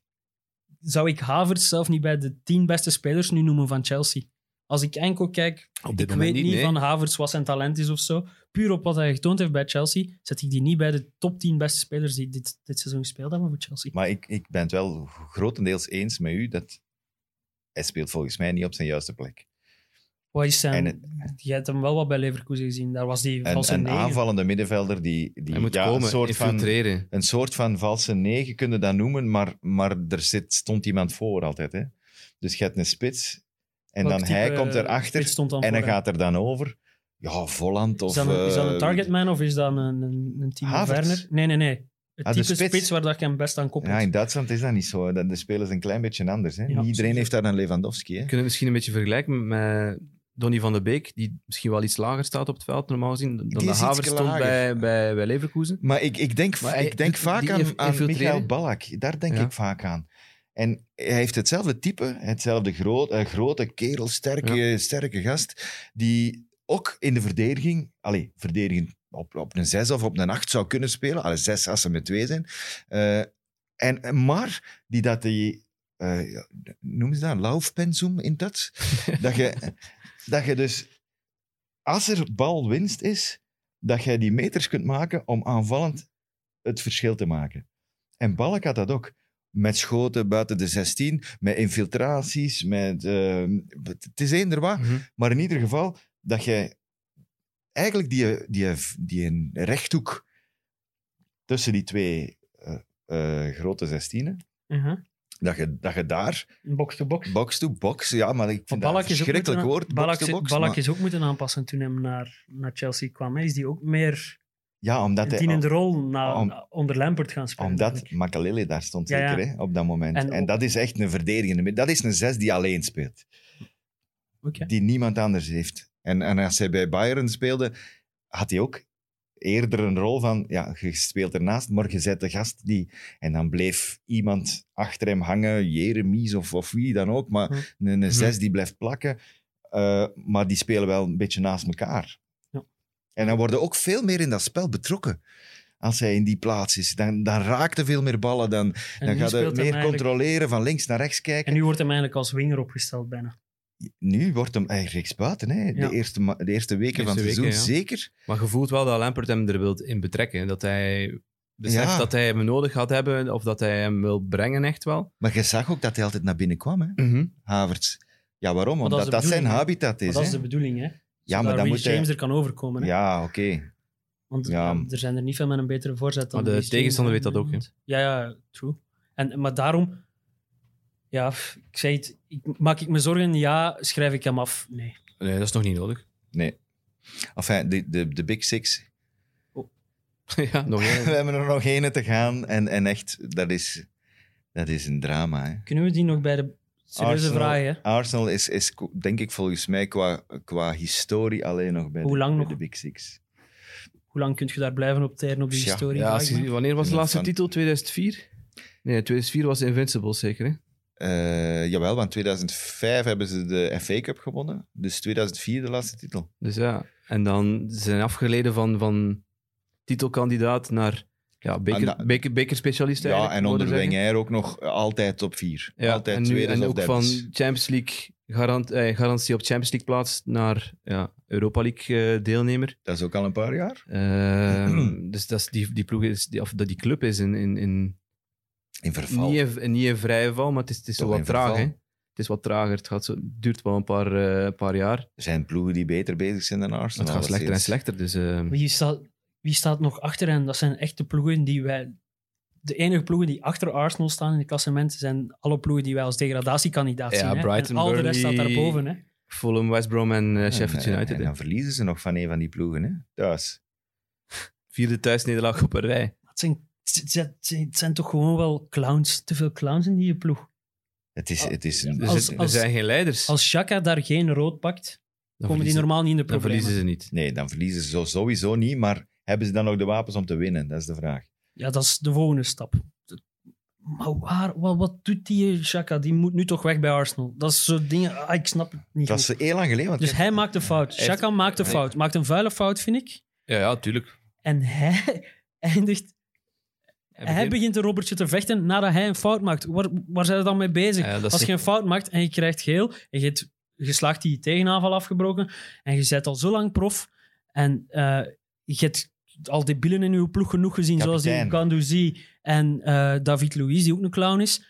zou ik Havertz zelf niet bij de tien beste spelers nu noemen van Chelsea. Als ik enkel kijk, Op dit ik moment weet niet, niet nee. van Havertz wat zijn talent is of zo. Puur op wat hij getoond heeft bij Chelsea, zet ik die niet bij de top tien beste spelers die dit, dit seizoen gespeeld hebben voor Chelsea. Maar ik, ik ben het wel grotendeels eens met u dat hij speelt volgens mij niet op zijn juiste plek. Wat is zijn, En je hebt hem wel wat bij Leverkusen gezien. Daar was die Een, valse een negen. aanvallende middenvelder die, die Hij moet ja, komen, een, soort van, infiltreren. een soort van valse negen kun je dat noemen, maar, maar er zit, stond iemand voor altijd. Hè. Dus je hebt een spits en Welk dan type, hij komt eh, erachter spits stond dan en dan voor hem? gaat er dan over. Ja, Volland of... Is dat een, is dat een eh, targetman of is dat een, een, een Timo Havertz? Werner? Nee, nee, nee. Het Ah, de type spits. spits. waar dat ik hem best aan koppel. Ja, in Duitsland is dat niet zo. De, de spelers een klein beetje anders. Hè. Ja, Niet iedereen sowieso. heeft daar een Lewandowski. Hè. We kunnen het misschien een beetje vergelijken met Donny van de Beek, die misschien wel iets lager staat op het veld, normaal gezien, dan Die de is Havertz ietsje stond lager. bij, bij, bij Leverkusen. Maar ik, ik denk, Maar hij ik denk doet vaak die aan, inf- aan infiltreren. Michael Ballack. Daar denk Ja. ik vaak aan. En hij heeft hetzelfde type, hetzelfde groot, eh, grote kerel, sterke, sterke gast, die ook in de verdediging, allee, verdediging op, op een zes of op een acht zou kunnen spelen. Alle zes als ze met twee zijn. Eh, en, maar die dat die, uh, ja, noemen ze dat, laufpensum in dat? dat, je, dat je dus, als er balwinst is, dat je die meters kunt maken om aanvallend het verschil te maken. En Ballack had dat ook. Met schoten buiten de zestien, met infiltraties, met... Uh, het is eender wat, Mhm. maar in ieder geval dat je eigenlijk die, die, die een rechthoek tussen die twee uh, uh, grote zestien. Uh-huh. Dat je, dat je daar... Box-to-box. Box-to-box, ja, maar ik vind Maar dat een verschrikkelijk moeten, woord. Ballack, Box-to-box, Ballack maar... is ook moeten aanpassen toen hij naar, naar Chelsea kwam. Hè. Is die ook meer Ja, omdat die hij... in de rol na, om, onder Lampert gaan spelen. Omdat Makelele daar stond, ja, zeker, ja. Hè, op dat moment. En, En, en dat is echt een verdedigende... Dat is een zes die alleen speelt. Okay. Die niemand anders heeft. En, en als hij bij Bayern speelde, had hij ook eerder een rol van, ja, je speelt ernaast, maar je zet de gast die... En dan bleef iemand achter hem hangen, Jeremies of, of wie dan ook, maar Hm. een, een zes die blijft plakken. Uh, maar die spelen wel een beetje naast elkaar. Ja. En dan worden ook veel meer in dat spel betrokken. Als hij in die plaats is. Dan, dan raakt hij veel meer ballen. Dan, dan gaat hij meer eigenlijk... controleren, van links naar rechts kijken. En nu wordt hem eigenlijk als winger opgesteld bijna. Nu wordt hem eigenlijk rechtsbuiten. Hè. De, Ja. eerste, ma- de eerste weken Eerste van het seizoen, weken, ja. zeker. Maar je voelt wel dat Lampert hem er wil in betrekken. Dat hij beseft Ja. dat hij hem nodig gaat hebben, of dat hij hem wil brengen echt wel. Maar je zag ook dat hij altijd naar binnen kwam, hè, Mm-hmm. Havertz. Ja, waarom? Maar dat Omdat is dat, de zijn bedoeling, habitat is. Maar dat is hè. de bedoeling, hè? Ja, maar dan Reece moet hij... James er kan overkomen. Hè? Ja, oké. Okay. Want Ja. ja, er zijn er niet veel met een betere voorzet dan Maar de Reece tegenstander James, weet dat ook, hè? Ja, ja, true. En, maar daarom... Ja, ik zei het... Ik, maak ik me zorgen? Ja. Schrijf ik hem af? Nee. Nee, dat is nog niet nodig. Nee. Enfin, de, de, de Big Six. ja, nog We één. hebben er nog één te gaan. En, en echt, dat is, dat is een drama. Hè. Kunnen we die nog bij de serieuze Arsenal, vragen? Hè? Arsenal is, is, denk ik, volgens mij qua, qua historie alleen nog bij, Hoe de, lang bij nog? de Big Six. Hoe lang kun je daar blijven opteren op die Tja, historie? Ja, vraag als ik je- me. wanneer was de Ja, laatste van- titel? tweeduizend vier? Nee, tweeduizend vier was Invincibles zeker, hè? Uh, jawel, want tweeduizend vijf hebben ze de F A Cup gewonnen. Dus tweeduizend vier de laatste titel. Dus ja, en dan ze zijn afgeleden van, van titelkandidaat naar ja, beker, En da- beker, bekerspecialist Ja, eigenlijk, en onder worden zeggen. Wenger ook nog altijd top vier. Ja, altijd en, nu, tweede en of ook derde. van Champions League garant, eh, garantie op Champions League plaats naar ja, Europa League eh, deelnemer. Dat is ook al een paar jaar. Ehm, dus dat is die, die, ploeg is, die, of dat die club is in, in, in, In verval. niet, in, niet in vrije val, maar het is, het is zo Toch wat in traag. verval. Hè? Het is wat trager. Het gaat zo, duurt wel een paar, eh, paar jaar. Er zijn ploegen die beter bezig zijn dan Arsenal. Het gaat slechter en alleszins. slechter. Dus, eh, Wie staat, wie staat nog achter hen? Dat zijn echte ploegen die wij... De enige ploegen die achter Arsenal staan in het klassement zijn alle ploegen die wij als degradatiekandidaat Ja, zien. Hè? Brighton, en al de rest staat Burnley, daarboven. Hè? Fulham, West Brom en eh, En, Sheffield eh, United. En hè. dan verliezen ze nog van een van die ploegen. Hè? Thuis. Vierde thuisnederlaag op een rij. Het zijn, het, zijn, het zijn toch gewoon wel clowns. Te veel clowns in die ploeg. Het is, het is een... Er, Als- zit- er als- zijn geen leiders. Als Xhaka daar geen rood pakt, Dan komen die verliezen- normaal niet in de Dan problemen. verliezen ze niet. Nee, dan verliezen ze zo sowieso niet. Maar hebben ze dan ook de wapens om te winnen? Dat is de vraag. Ja, dat is de volgende stap. Maar waar, wat, wat doet die Xhaka? Die moet nu toch weg bij Arsenal. Dat is zo'n dingen... Ah, ik snap het niet Dat goed. is heel lang geleden. Want Dus hij maakt een fout. Hij heeft- Xhaka maakt een Nee. fout. Maakt een vuile fout, vind ik. Ja, ja, tuurlijk. En hij eindigt... Hij begint een robbertje te vechten nadat hij een fout maakt. Waar, waar zijn we dan mee bezig? Ja, dat is Als je toch- een fout maakt en je krijgt geel en je hebt geslaagd die tegenaanval afgebroken en je bent al zo lang prof en eh, je hebt al die billen in je ploeg genoeg gezien, zoals die Kapitein. Guendouzi en eh, David Luiz, die ook een clown is,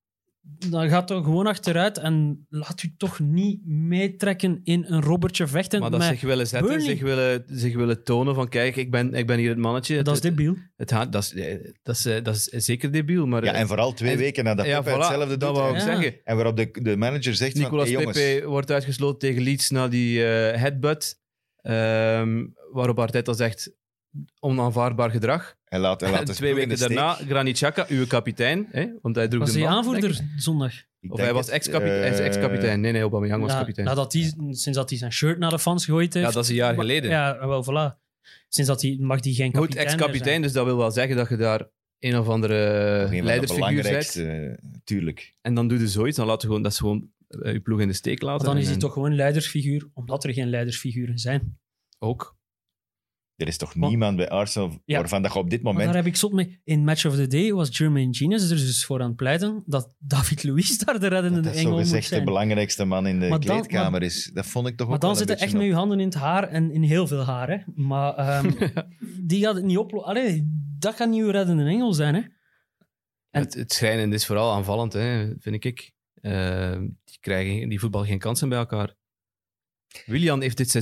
dan gaat er gewoon achteruit en laat u toch niet meetrekken in een robbertje vechten. Maar dat met- zich willen zetten, Burnley. zich willen, zich willen tonen van kijk, ik ben, ik ben hier het mannetje. dat is Het- debiel. Het, het, dat, is, eh, dat, is, eh, dat is zeker debiel, maar... Ja, en vooral twee en- weken nadat ja, Pepe voilà, hetzelfde dat doet. wou ik hè. Ja. zeggen. En waarop de, de manager zegt Nicolas van... Hey, jongens, Pepe wordt uitgesloten tegen Leeds na die eh, headbutt, ehm, waarop Arteta zegt onaanvaardbaar gedrag. hij laat, hij laat En de twee ploeg in weken de daarna, steek. Granit Xhaka, uw kapitein, hè, want hij droeg Was de hij band, aanvoerder denk ik. zondag? Ik Of denk hij was het, ex-kapitein. hij is eh, ex-kapitein. Nee, nee, Aubameyang was Ja, kapitein. nadat hij, sinds dat hij zijn shirt naar de fans gegooid heeft. Ja, dat is een jaar Maar- geleden. Ja, wel, voilà. Sinds dat hij mag hij geen Goed, kapitein meer ex-kapitein, zijn. dus dat wil wel zeggen dat je daar een of andere Nog een van de leidersfiguur bent. belangrijkste, tuurlijk. En dan doe je zoiets, dan laat je gewoon, dat is gewoon eh, je ploeg in de steek laten. Maar dan is hij En- toch gewoon leidersfiguur, omdat er geen leidersfiguren zijn. Ook. Er is toch Maar- niemand bij Arsenal Ja. waarvan dat je op dit Maar moment... daar heb ik zot mee. In Match of the Day was Jermaine Genius er dus voor aan het pleiten dat David Luiz daar de reddende dat is engel moet zogezegd de zijn. belangrijkste man in de Maar dan- kleedkamer maar- is. Dat vond ik toch Maar ook dan wel een zit hij echt beetje met je handen in het haar en in heel veel haar. Hè. Maar ehm, die gaat het niet oplossen. Allee, dat kan niet uw reddende engel zijn. Hè. En- Het, het schrijnende is vooral aanvallend, hè, vind ik. Eh, die, krijgen, die voetbal geen kansen bij elkaar. Willian heeft dit seizoen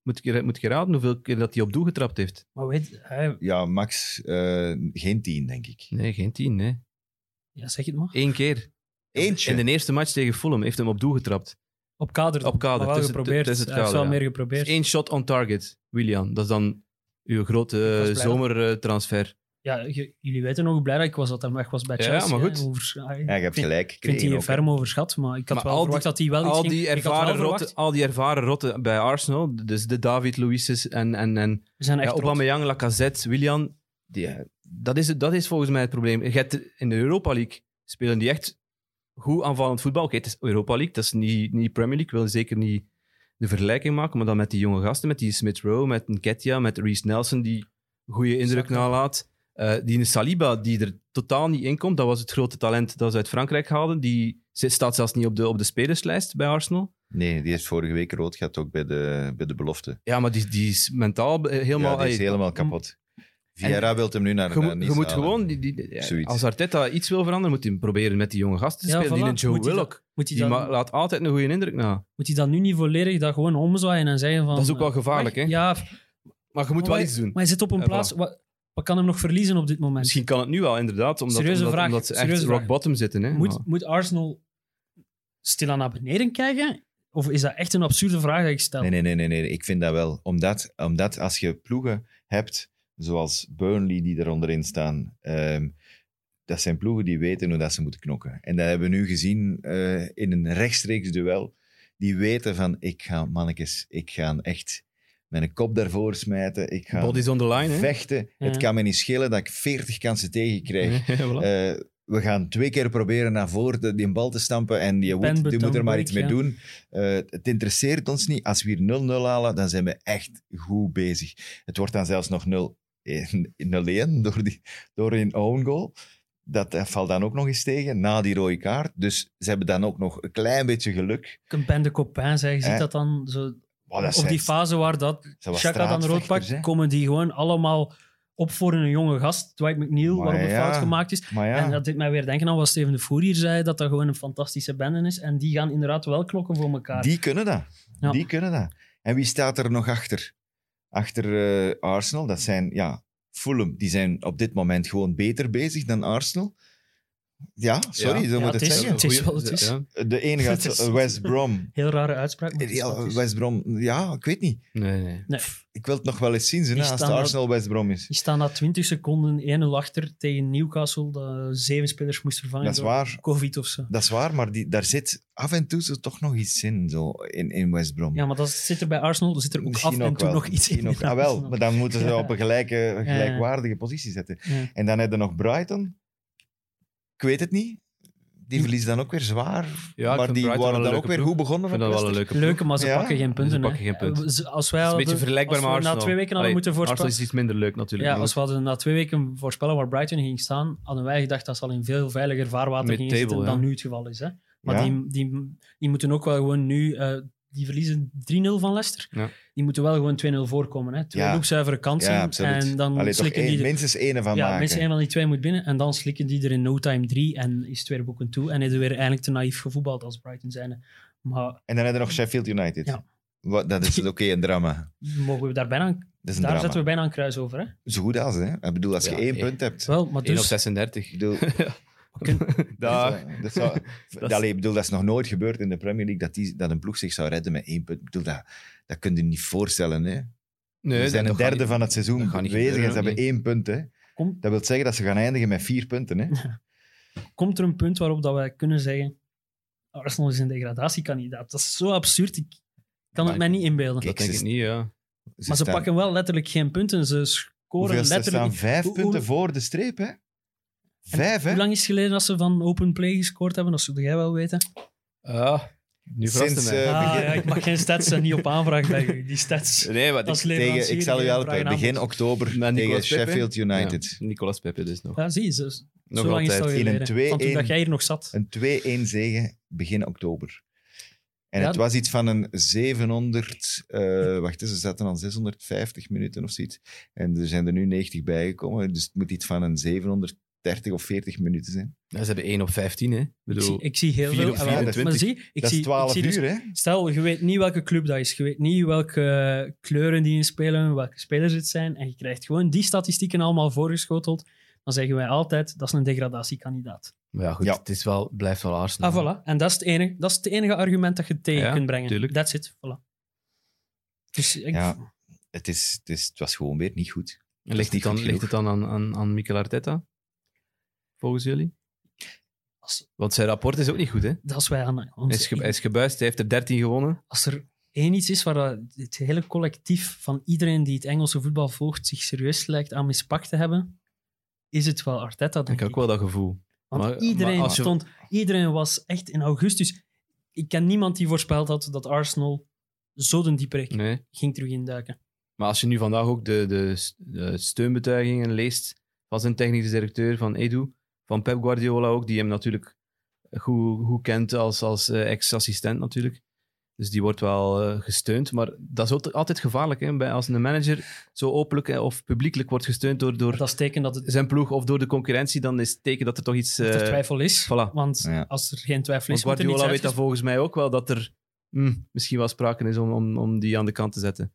Moet ik, moet ik raden hoeveel keer dat hij op doel getrapt heeft? Maar weet hij... Ja, max uh, geen tien, denk ik. Nee, geen tien, nee. Ja, zeg het maar. Eén keer. Eentje? In de eerste match tegen Fulham heeft hem op doel getrapt. Op kader dan. Op kader. Maar wel Tussen- geprobeerd. tussen het Hij heeft kader, wel ja. meer geprobeerd. Eén shot on target, Willian. Dat is dan uw grote Ik was uh, blij zomertransfer. Ja, j- jullie weten nog hoe blij dat ik was dat hij weg was bij Ja, Chelsea. maar goed. hè. Over, ja, ik Ja, je hebt vind- gelijk Ik vind gekregen hij ook, hè. ferm overschat, maar ik had Maar wel al verwacht die- dat hij wel iets Al ging. die, Ik had wel ervaren verwacht- rotten, al die ervaren rotten bij Arsenal, dus de David Luiz's en, en, en We zijn echt ja, trots. Aubameyang, Lacazette, Willian, die, eh, dat, is, het- dat is volgens mij het probleem. Je hebt in de Europa League spelen die echt goed aanvallend voetbal. Oké, het is Europa League, dat is niet, niet Premier League. Ik wil zeker niet de vergelijking maken, maar dan met die jonge gasten, met die Smith Rowe, met Nketiah, met Reece Nelson, die goede indruk Exact. nalaat. Uh, die Saliba, die er totaal niet in komt, dat was het grote talent dat ze uit Frankrijk haalden. Die staat zelfs niet op de, op de spelerslijst bij Arsenal. Nee, die heeft vorige week rood gehad, ook bij de, bij de belofte. Ja, maar die, die is mentaal eh, helemaal... Ja, die is allee, helemaal kapot. Vieira wil hem nu naar, Je, naar moet- Nice je moet halen. gewoon, die, die, ja, Zoiets. als Arteta iets wil veranderen, moet hij hem proberen met die jonge gasten te Ja, spelen. voilà. Die een Joe Moet hij Willock, dat- Moet hij die dan, ma- laat altijd een goede indruk na. moet hij dan nu niet volledig dat gewoon omzwaaien en zeggen van... Dat is ook wel eh, gevaarlijk, wacht, hè? Ja, Maar je moet wel maar, iets doen. Maar hij zit op een Ja, plaats... Wat, wat kan hem nog verliezen op dit moment? Misschien kan het nu wel, inderdaad, omdat, Serieuze omdat, vraag, omdat ze echt serieuze rock vraag. bottom zitten. Hè? Moet, Maar- moet Arsenal stilaan naar beneden kijken? Of is dat echt een absurde vraag dat ik stel? Nee, nee, nee, nee, nee. Ik vind dat wel. Omdat, omdat als je ploegen hebt, zoals Burnley die er onderin staan, ehm, dat zijn ploegen die weten hoe dat ze moeten knokken. En dat hebben we nu gezien eh, in een rechtstreeks duel. Die weten van, ik ga, mannetjes, ik ga echt mijn kop daarvoor smijten. Ik ga Bodies on the line, hè? vechten. Ja. Het kan me niet schelen dat ik veertig kansen tegenkrijg. Ja, voilà. Eh, we gaan twee keer proberen naar voren de, die bal te stampen en die, Pen Wood, die moet er maar beton iets mee break, doen. Eh, het interesseert ons niet. Als we hier nul nul halen, dan zijn we echt goed bezig. Het wordt dan zelfs nog nul één door, die, door een own goal. Dat, dat valt dan ook nog eens tegen, na die rode kaart. Dus ze hebben dan ook nog een klein beetje geluk. Een bende Copain, zeg, je ziet Eh. dat dan zo... Oh, dat Op zijn- die fase waar dat Zo wat Xhaka dan rood straatvechters, pakt, hè. komen die gewoon allemaal op voor een jonge gast, Dwight McNeil, Maar waarop een ja. fout gemaakt is. Maar ja, En dat deed mij weer denken aan wat Steven de Voer hier zei, dat dat gewoon een fantastische bende is. En die gaan inderdaad wel knokken voor elkaar. die kunnen dat. Ja. Die kunnen dat. En wie staat er nog achter? Achter eh, Arsenal? Dat zijn, ja, Fulham. Die zijn op dit moment gewoon beter bezig dan Arsenal. Ja, sorry, Ja. zo Ja, moet het, het is- zeggen. het is wat het is. Ja. De ene Het gaat is- West Brom. Heel rare uitspraak. maar het is wat Ja, het is. West Brom, ja, ik weet niet. Nee, nee. Nee, Ik wil het nog wel eens zien, zo, Die hè, als het staan Arsenal West Brom is. die staan na twintig seconden één nul achter tegen Newcastle, dat zeven spelers moest vervangen Dat is door waar. COVID of zo. Dat is waar, maar die, daar zit af en toe zo toch nog iets in, zo, in, in West Brom. Ja, maar dat zit er bij Arsenal, er zit er ook Misschien af en ook toe wel. nog iets Misschien in. ook- ah, wel, maar dan moeten ze Ja. op een gelijke, gelijkwaardige positie zetten. Ja. En dan heb je nog Brighton. Ik weet het niet. Die verliezen dan ook weer zwaar. Ja, ik maar vind die Brighton waren wel dan een ook leuke weer ploeg. goed begonnen. Ik vind van dat wel een Leicester. leuke ploeg. Leuke, maar ze Ja, pakken geen punten. ze pakken hè. geen punten. Ze- Als Het wij is een hadden, beetje vergelijkbaar als met we na Arsenal. twee weken hadden Allee, moeten voorspellen. Arsenal is iets minder leuk natuurlijk. Ja, maar als we hadden na twee weken voorspellen waar Brighton ging staan, hadden wij gedacht dat ze al in veel veiliger vaarwater gingen Mid-table, zitten dan ja. nu het geval is. Hè. Maar Ja. die, die, die moeten ook wel gewoon nu... eh, die verliezen drie nul van Leicester. Ja. Die moeten wel gewoon twee nul voorkomen. Hè. Twee Ja. loopzuivere kansen. Ja, absoluut. En dan Allee, toch slikken één, die... er- minstens één van ja, maken. minstens één van die twee moet binnen. En dan slikken die er in no time drie. En is het weer boeken toe. En is er weer eigenlijk te naïef gevoetbald als Brighton zijn. Maar En dan heb je nog Sheffield United. Ja. Wat, dat is oké, een drama. mogen we daar bijna... Dat is een Daar drama. zetten we bijna een kruis over. Hè. Zo goed als, hè. Ik bedoel, als je Ja, één eh. punt hebt... Wel, maar één op dus... zesendertig. Ik bedoel, kun- Daar. dat, zou, Dat dat, is- allee, ik bedoel, dat is nog nooit gebeurd in de Premier League, dat, die, dat een ploeg zich zou redden met één punt. Ik bedoel, dat, dat kun je niet voorstellen. Hè. Nee, We zijn dat een gaat derde niet- van het seizoen dat gaat niet bezig en ze gebeuren, hebben één punt. Hè. Kom, Dat wil zeggen dat ze gaan eindigen met vier punten. Hè. komt er een punt waarop dat wij kunnen zeggen Arsenal is een degradatiekandidaat. Dat is zo absurd. Ik kan het Maar mij niet inbeelden. Dat denk ik niet, ja. maar ze staan- pakken wel letterlijk geen punten. Ze scoren hoeveel, ze letterlijk... staan vijf Hoe- punten hoe- voor de streep. Hè. En Vijf, hè? Hoe lang is het geleden dat ze van open play gescoord hebben? Dat zou jij wel weten. Ah, nu verrast Sinds, mij. eh, Ah, begin- ja, ik mag geen stats en niet op aanvraag bij u. Die stats. Nee, maar Dat is ik- leverancier Tegen, ik zal u die helpen. vragen Begin aanbod. oktober met tegen Nicolas Pepe. Sheffield United. Ja, Nicolas Pepe dus nog. Ja, zie je. Zo, Nog zo lang is het al altijd. In een geleden. twee Van toen één. dat jij hier nog zat. Een twee-één zege begin oktober. En Ja. het was iets van een zevenhonderd... eh, wacht eens, ze zaten al zeshonderdvijftig minuten of zoiets. En er zijn er nu negentig bijgekomen. Dus het moet iets van een dertig of veertig minuten zijn. Ja, ze hebben één op vijftien, hè. Ik Ik bedoel, zie, ik zie heel vier veel. op Ah, wel, vierentwintig. maar zie, ik dat zie, is twaalf ik zie uur, dus- hè? Stel, je weet niet welke club dat is. Je weet niet welke kleuren die in spelen, welke spelers het zijn. En je krijgt gewoon die statistieken allemaal voorgeschoteld. Dan zeggen wij altijd, dat is een degradatiekandidaat. maar ja, goed, Ja. het is wel, blijft wel Arsenal. Ah, voilà. En dat is, het enige, dat is het enige argument dat je tegen Ja, kunt brengen. tuurlijk. That's it. Voilà. Dus ik, Ja. Het, is, het, is, het was gewoon weer niet goed. En ligt, het niet dan, goed ligt het genoeg. dan aan, aan, aan Mikel Arteta? Volgens jullie? als, Want zijn rapport is ook niet goed, hè? als, wij aan Hij ons, is, ge, hij is gebuist, hij heeft er dertien gewonnen. als er één iets is waar dat het hele collectief van iedereen die het Engelse voetbal volgt zich serieus lijkt aan mispakt te hebben, is het wel Arteta, Ik denk heb ik. ook wel dat gevoel. Want Maar- iedereen maar als je- stond... Iedereen was echt in augustus... Ik ken niemand die voorspeld had dat Arsenal zo de dieprek Nee. ging terug induiken. Maar als je nu vandaag ook de, de, de steunbetuigingen leest van zijn technisch directeur, van Edu, van Pep Guardiola ook, die hem natuurlijk goed, goed kent als, als uh, ex-assistent natuurlijk. Dus die wordt wel uh, gesteund. Maar dat is ook altijd gevaarlijk, hè? Bij, als een manager zo openlijk uh, of publiekelijk wordt gesteund door, door Dat is teken dat, het, zijn ploeg of door de concurrentie, dan is het teken dat er toch iets... Uh, dat er twijfel is. voilà. Want Ja. als er geen twijfel Want is, moet er Guardiola niets weet dat uitges- volgens mij ook wel, dat er hmm, misschien wel sprake is om, om, om die aan de kant te zetten.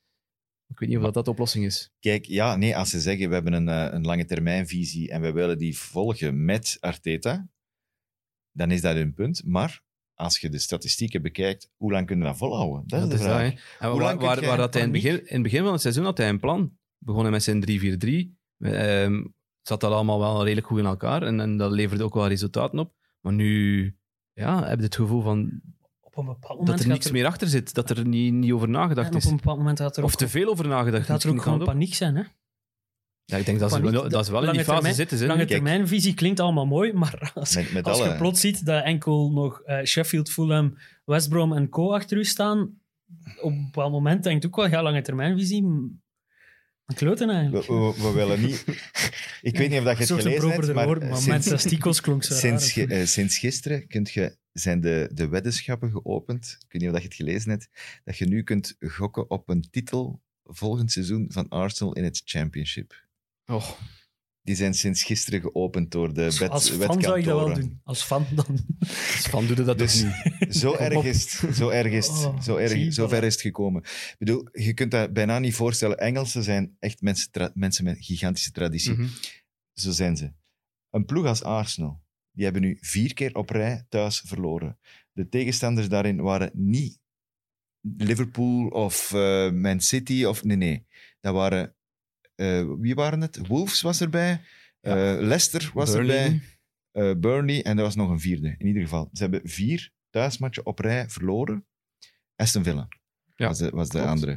Ik weet niet of dat, dat de oplossing is. Kijk, ja, nee, als ze zeggen we hebben een, uh, een lange termijnvisie en we willen die volgen met Arteta, dan is dat hun punt. Maar als je de statistieken bekijkt, hoe lang kunnen we dat volhouden? Dat is Ja, de dat vraag. dat, hè. En Hoe waar, lang kun waar, jij waar dat hij in, het paniek- begin, in het begin van het seizoen had hij een plan. Begonnen met zijn drie vier drie. Ehm zat dat allemaal wel redelijk goed in elkaar. En, en dat leverde ook wel resultaten op. Maar nu ja, heb je het gevoel van Op een bepaald dat moment er gaat niks meer achter zit. Dat er niet, niet over en nagedacht op is. een bepaald moment gaat er Of ook, te veel over nagedacht. gaat er ook misschien gewoon kan het ook. paniek zijn. Hè? Ja, ik denk dat ze, Paniek, wel- dat ze wel in lange die fase termijn- zitten. Ze. Lange Kijk. termijnvisie klinkt allemaal mooi, maar als, Met, met als alle... je plots ziet dat enkel nog eh, Sheffield, Fulham, West Brom en co achter u staan, op een bepaald moment denk je ook wel, ja, lange termijnvisie, m- een kloten eigenlijk. We, we, we willen niet... Ik weet niet of dat je het Zocht een gelezen hebt, properder maar woord, maar sinds, mensen stikels klonk zo sinds, raar. ge- eh, sinds gisteren kunt je, zijn de, de weddenschappen geopend. Ik weet niet of dat je het gelezen hebt. Dat je nu kunt gokken op een titel volgend seizoen van Arsenal in het Championship. Oh, Die zijn sinds gisteren geopend door de Als, wet, als fan zou ik dat wel wetkantoren. doen. Als fan dan. dus van doe je dat Dus- toch niet. Zo erg is het. Zo, erg is het. Oh, zo, erg, zie, zo voilà. ver is het gekomen. Ik bedoel, je kunt dat bijna niet voorstellen. Engelsen zijn echt mensen, tra- mensen met gigantische traditie. Mhm. Zo zijn ze. Een ploeg als Arsenal, die hebben nu vier keer op rij thuis verloren. De tegenstanders daarin waren niet Liverpool of uh, Man City. Of, nee, nee. Dat waren... Uh, wie waren het? Wolves was erbij. Uh, Leicester was Burnley. erbij. Uh, Burnley. En er was nog een vierde. In ieder geval. Ze hebben vier thuismatchen op rij verloren. Aston Villa Ja, was de, was de klopt. andere.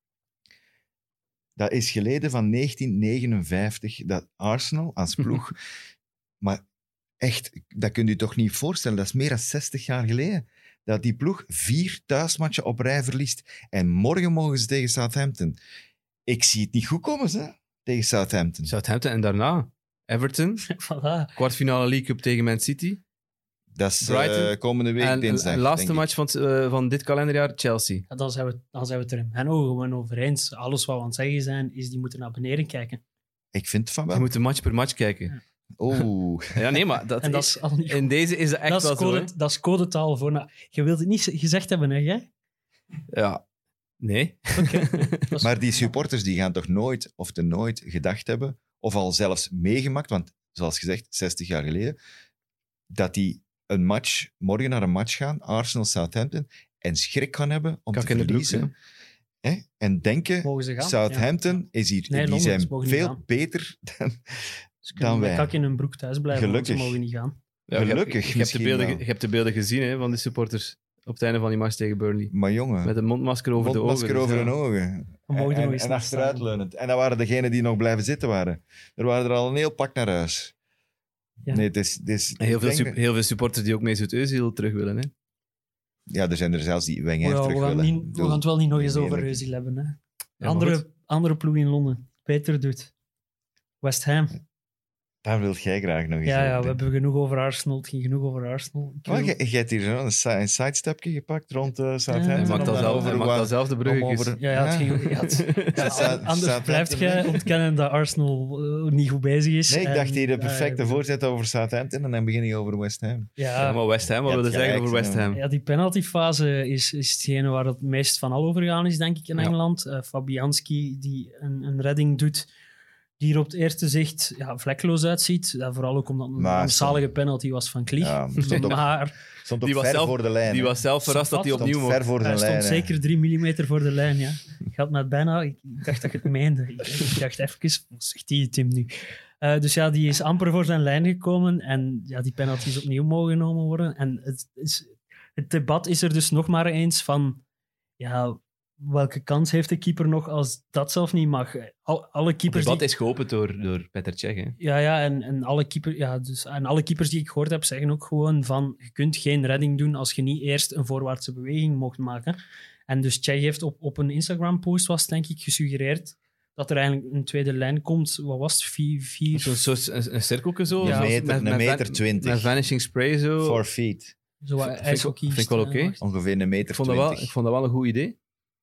Dat is geleden van negentien negenenvijftig dat Arsenal als ploeg... maar echt, dat kun je je toch niet voorstellen. Dat is meer dan zestig jaar geleden. Dat die ploeg vier thuismatchen op rij verliest. En morgen mogen ze tegen Southampton. Ik zie het niet goed komen, ze, tegen Southampton. Southampton en daarna Everton. Voilà. Kwartfinale League Cup tegen Man City. Dat is Brighton. uh, komende week En dinsdag. de laatste denk ik. match van, het, uh, van dit kalenderjaar, Chelsea. Ja, dan, zijn we, dan zijn we het er in Menno gewoon over eens. Alles wat we aan het zeggen zijn, is die moeten naar beneden kijken. Ik vind van Je wel. moet een match per match kijken. Oeh. Ja, nee, maar dat, En dat is al niet goed. in deze is dat echt dat, is wel zo. code, hè. dat is codetaal voor... Na, je wilt het niet z- gezegd hebben, hè, jij? Ja. Nee. Oké. Dat is- Maar die supporters die gaan toch nooit of te nooit gedacht hebben, of al zelfs meegemaakt, want zoals gezegd, zestig jaar geleden, dat die een match, morgen naar een match gaan, Arsenal-Southampton, en schrik gaan hebben om Kak te in de broek, verliezen. Hè? En denken, Mogen ze gaan? Southampton Ja. is hier, Nee, die Londen, zijn ze mogen niet veel gaan. beter dan... Ze kunnen dan met wij. kak in hun broek thuis blijven, want ze Gelukkig. mogen niet gaan. Ja, je hebt- Gelukkig Je, hebt de misschien beelden, wel. je hebt de beelden gezien hè, van de supporters op het einde van die match tegen Burnley. Maar jongen, Met een mondmasker over mondmasker de ogen. over dus hun ja. ogen. We mogen er en, nog eens en naar achteruitleunend. En dat waren degenen die nog blijven zitten waren. Er waren er al een heel pak naar huis. Ja. Nee, het is... Het is En heel, ik veel, denk sup- dat- heel veel supporters die ook Mesut Özil terug willen. Hè. Ja, er zijn er zelfs die Wenger Ja, terug we, gaan willen. niet, we Bedoel, gaan het wel niet nog eens over eerlijk. Özil hebben. Hè. maar andere, goed. andere ploeg in Londen. Peter doet. West Ham. Daar wil jij graag nog eens Ja, ja, over. we hebben genoeg over Arsenal. Het ging genoeg over Arsenal. Ik Maar wil- jij jij hebt hier zo een, si- een sidestepje gepakt rond uh, Southampton. Hij Hij maakt om dat dan zelf, over hij maakt wat- dat zelf de om bruggetjes. over- Ja, ja, het ging, ja, het- ja, Staat- anders staat- blijft staat- jij ontkennen dat Arsenal uh, niet goed bezig is. Nee, ik En, dacht hier de uh, perfecte voorzet over Southampton en dan begin je over West Ham. Ja, Ja, maar West Ham, wat Je wil je hebt zeggen over gelijk, West Ham? ja, die penaltyfase is, is hetgene waar het meest van al over gegaan is, denk ik, in Ja. Engeland. Uh, Fabianski, die een, een redding doet, die er op het eerste zicht ja, vlekkeloos uitziet. Ja, vooral ook omdat het een Maar rampzalige penalty was van Klieg. Ja, stond ook, Maar stond ook Die was ver zelf- voor de lijn. Die hè. was zelf verrast dat hij Stond opnieuw stond ver mocht. voor de hij lijn. stond hè. zeker drie millimeter voor de lijn, ja. Ik had net bijna... Ik dacht dat ik het meende. Ik, ik dacht even, wat zegt die Tim nu? Uh, dus ja, die is amper voor zijn lijn gekomen en ja, die penalty is opnieuw mogen genomen worden. En het, is, het debat is er dus nog maar eens van... Ja, welke kans heeft de keeper nog als dat zelf niet mag? Al, alle Het keepers debat die... is geopend door, door Petr Cech. Hè. Ja, ja, en, en, alle keeper, ja dus, en alle keepers die ik gehoord heb zeggen ook gewoon van je kunt geen redding doen als je niet eerst een voorwaartse beweging mocht maken. En dus Cech heeft op, op een Instagram-post, was het, denk ik, gesuggereerd dat er eigenlijk een tweede lijn komt. Wat was het? Vier... vier... Zo'n soort een, een cirkeltje zo. Een Zo, meter- een van- meter twintig. Met vanishing spray zo. Four feet. Zo wat Vind ik- ijshockey. vind ik wel oké. Ongeveer een meter Ik vond, dat wel, twintig. ik vond dat wel een goed idee.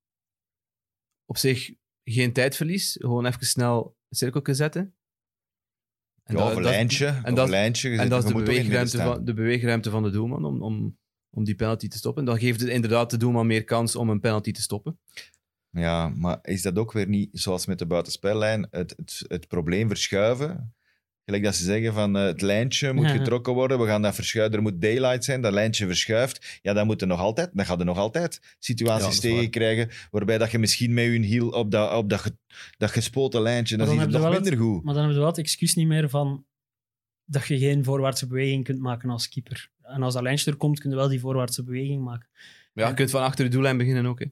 Op zich geen tijdverlies. Gewoon even snel een cirkeltje zetten. En Ja, dat- of een dat- lijntje. en of dat- een lijntje. Je En zit- dat is je de moet toch in het midden beweegruimte, staan. van, de beweegruimte van de doelman om, om, om die penalty te stoppen. Dan geeft het inderdaad de doelman meer kans om een penalty te stoppen. Ja, maar is dat ook weer niet, zoals met de buitenspellijn, het, het, het probleem verschuiven? Gelijk dat ze zeggen van uh, het lijntje moet Ja. getrokken worden, we gaan dat verschuiven, er moet daylight zijn, dat lijntje verschuift. Ja, dan, moet er nog altijd, dan gaat er nog altijd Ja, situaties dat is tegen waar. krijgen waarbij dat je misschien met je hiel op dat, op dat, ge- dat gespoten lijntje, dan Maar is dan het nog heb je wel minder goed. Maar dan hebben we wel het excuus niet meer van dat je geen voorwaartse beweging kunt maken als keeper. En als dat lijntje er komt, kun je wel die voorwaartse beweging maken. Maar ja, je kunt van achter de doellijn beginnen ook. Hè.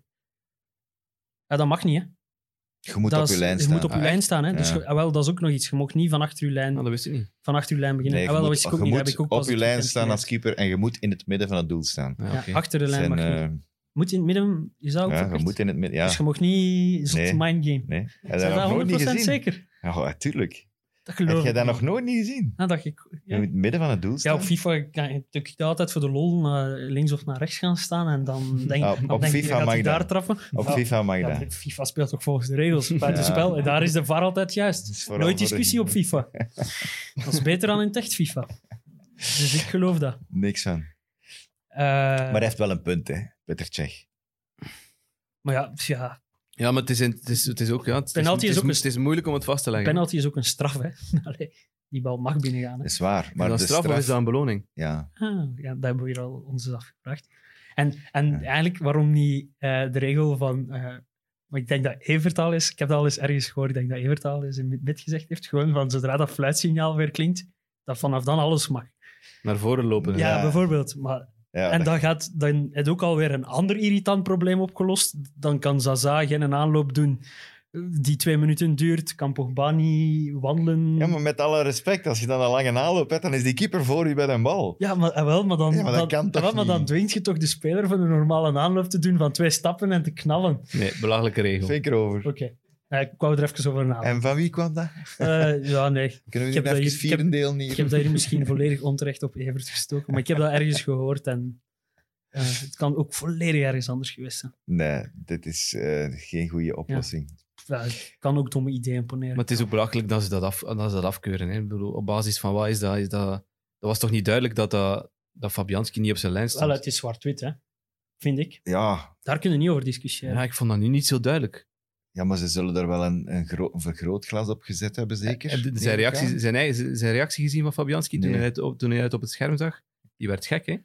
Ja, dat mag niet, hè. Je moet Dat op is- je lijn je staan. moet op je Ah, lijn echt? staan. Hè? Dus Ja. je- ah, wel, dat is ook nog iets. Je mag niet van achter je lijn, Nou, dat wist ik niet. van achter je lijn beginnen. Nee, Ah, je wel, dat moet, wist ik ook je niet. Dat moet heb ik ook op pas je een lijn keer staan als geleerd. keeper en je moet in het midden van het doel staan. Ja, Ja, oké. achter de lijn Zijn, mag je eh, niet. Moet in het midden, je zou ook ja, je verplicht. moet in het midden. Ja, Dus je mag niet zo'n Nee. mindgame. nee. Heb je Zijn dat nog dat nooit niet honderd procent gezien? zeker? Ja, natuurlijk. Dat Heb geloof jij ik dat niet. nog nooit niet gezien? Ah, dat ik, ja. In het midden van het doel Ja, staan? op FIFA kan je natuurlijk altijd voor de lol naar links of naar rechts gaan staan en dan denk, Ja, op- dan op denk je, FIFA gaat mag hij dat. daar trappen. Op Ja, FIFA mag ja, dat. FIFA speelt toch volgens de regels bij het Ja. spel. En daar is de V A R altijd juist. Dat is vooral Nooit voor de- discussie op FIFA. Dat is beter dan in het echt FIFA. Dus ik geloof dat. Niks van. Eh, Maar hij heeft wel een punt, hè, Petr Cech. maar ja, ja, Ja, maar het is, in- het is, het is ook... Ja, het is, Penalty het is is, ook een- het is moeilijk om het vast te leggen. penalty is ook een straf. Hè. Allee, die bal mag binnengaan. Hè. Dat is waar. Maar Maar dat de straf, of is dat een beloning? Ja. Ah, ja, dat hebben we hier al ons eens afgevraagd. En, en Ja. eigenlijk, waarom niet eh, de regel van... eh, maar ik denk dat Evert al is... Ik heb dat al eens ergens gehoord. Ik denk dat Evert al eens in het mid gezegd heeft. Gewoon van zodra dat fluitsignaal weer klinkt, dat vanaf dan alles mag. Naar voren lopen. Ja, Ja. bijvoorbeeld. Maar, ja en dat- dan gaat dan het ook alweer een ander irritant probleem opgelost. Dan kan Zaza geen aanloop doen die twee minuten duurt. Kan Pogba niet wandelen. ja, maar met alle respect, als je dan een lange aanloop hebt, dan is die keeper voor je bij een bal. Ja, maar, eh, wel, maar, dan, Ja, maar dat dan, kan eh, toch wel, maar dan niet? dwingt je toch de speler van een normale aanloop te doen van twee stappen en te knallen. Nee, belachelijke regel. Vind ik erover. Oké. Ja, ik wou er even over nadenken. En van wie kwam dat? Eh, ja, nee. Kunnen Ik we heb hier dat even hier- ik heb- vieren deel Ik niet? heb dat hier misschien volledig onterecht op Evert gestoken, maar ik heb dat ergens gehoord en eh, het kan ook volledig ergens anders geweest zijn. Nee, dit is eh, geen goede oplossing. Ja, het kan ook domme ideeën poneren. Maar het is ook belachelijk dat ze dat, af, dat, ze dat afkeuren. Hè. Ik bedoel, op basis van wat is dat, is dat... Dat was toch niet duidelijk dat, dat, dat Fabianski niet op zijn lijn stond? Wel, het is zwart-wit, hè. Vind ik. Ja, Daar kunnen we niet over discussiëren. Ja, ik vond dat nu niet zo duidelijk. ja, maar ze zullen er wel een, een, gro- een vergrootglas op gezet hebben, zeker? Heb je Neem zijn, ik reactie, aan. zijn, eigen- zijn reactie gezien van Fabianski toen, Nee. hij het op, toen hij het op het scherm zag? Die werd gek, hè?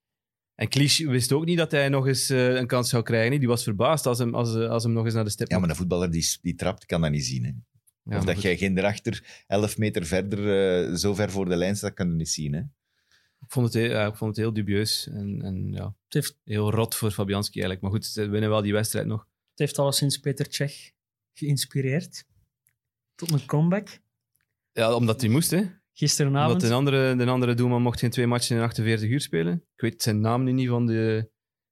En Klisch wist ook niet dat hij nog eens eh, een kans zou krijgen. hè. Die was verbaasd als hem, als, eh, als hem nog eens naar de stip Ja, maar mocht. een voetballer die, die trapt, kan dat niet zien. Hè? Ja, of maar dat goed. jij geen erachter, elf meter verder, eh, zo ver voor de lijn staat, kan je niet zien. Hè? Ik vond het heel, ja, ik vond het heel dubieus en, en ja, Het, heeft, heel rot voor Fabianski eigenlijk. Maar goed, ze winnen wel die wedstrijd nog. het heeft alleszins Peter Cech geïnspireerd tot een comeback. Ja, omdat hij moest, hè. Gisteravond. Omdat de andere, de andere doelman mocht geen twee matchen in achtenveertig uur spelen. Ik weet zijn naam nu niet van de,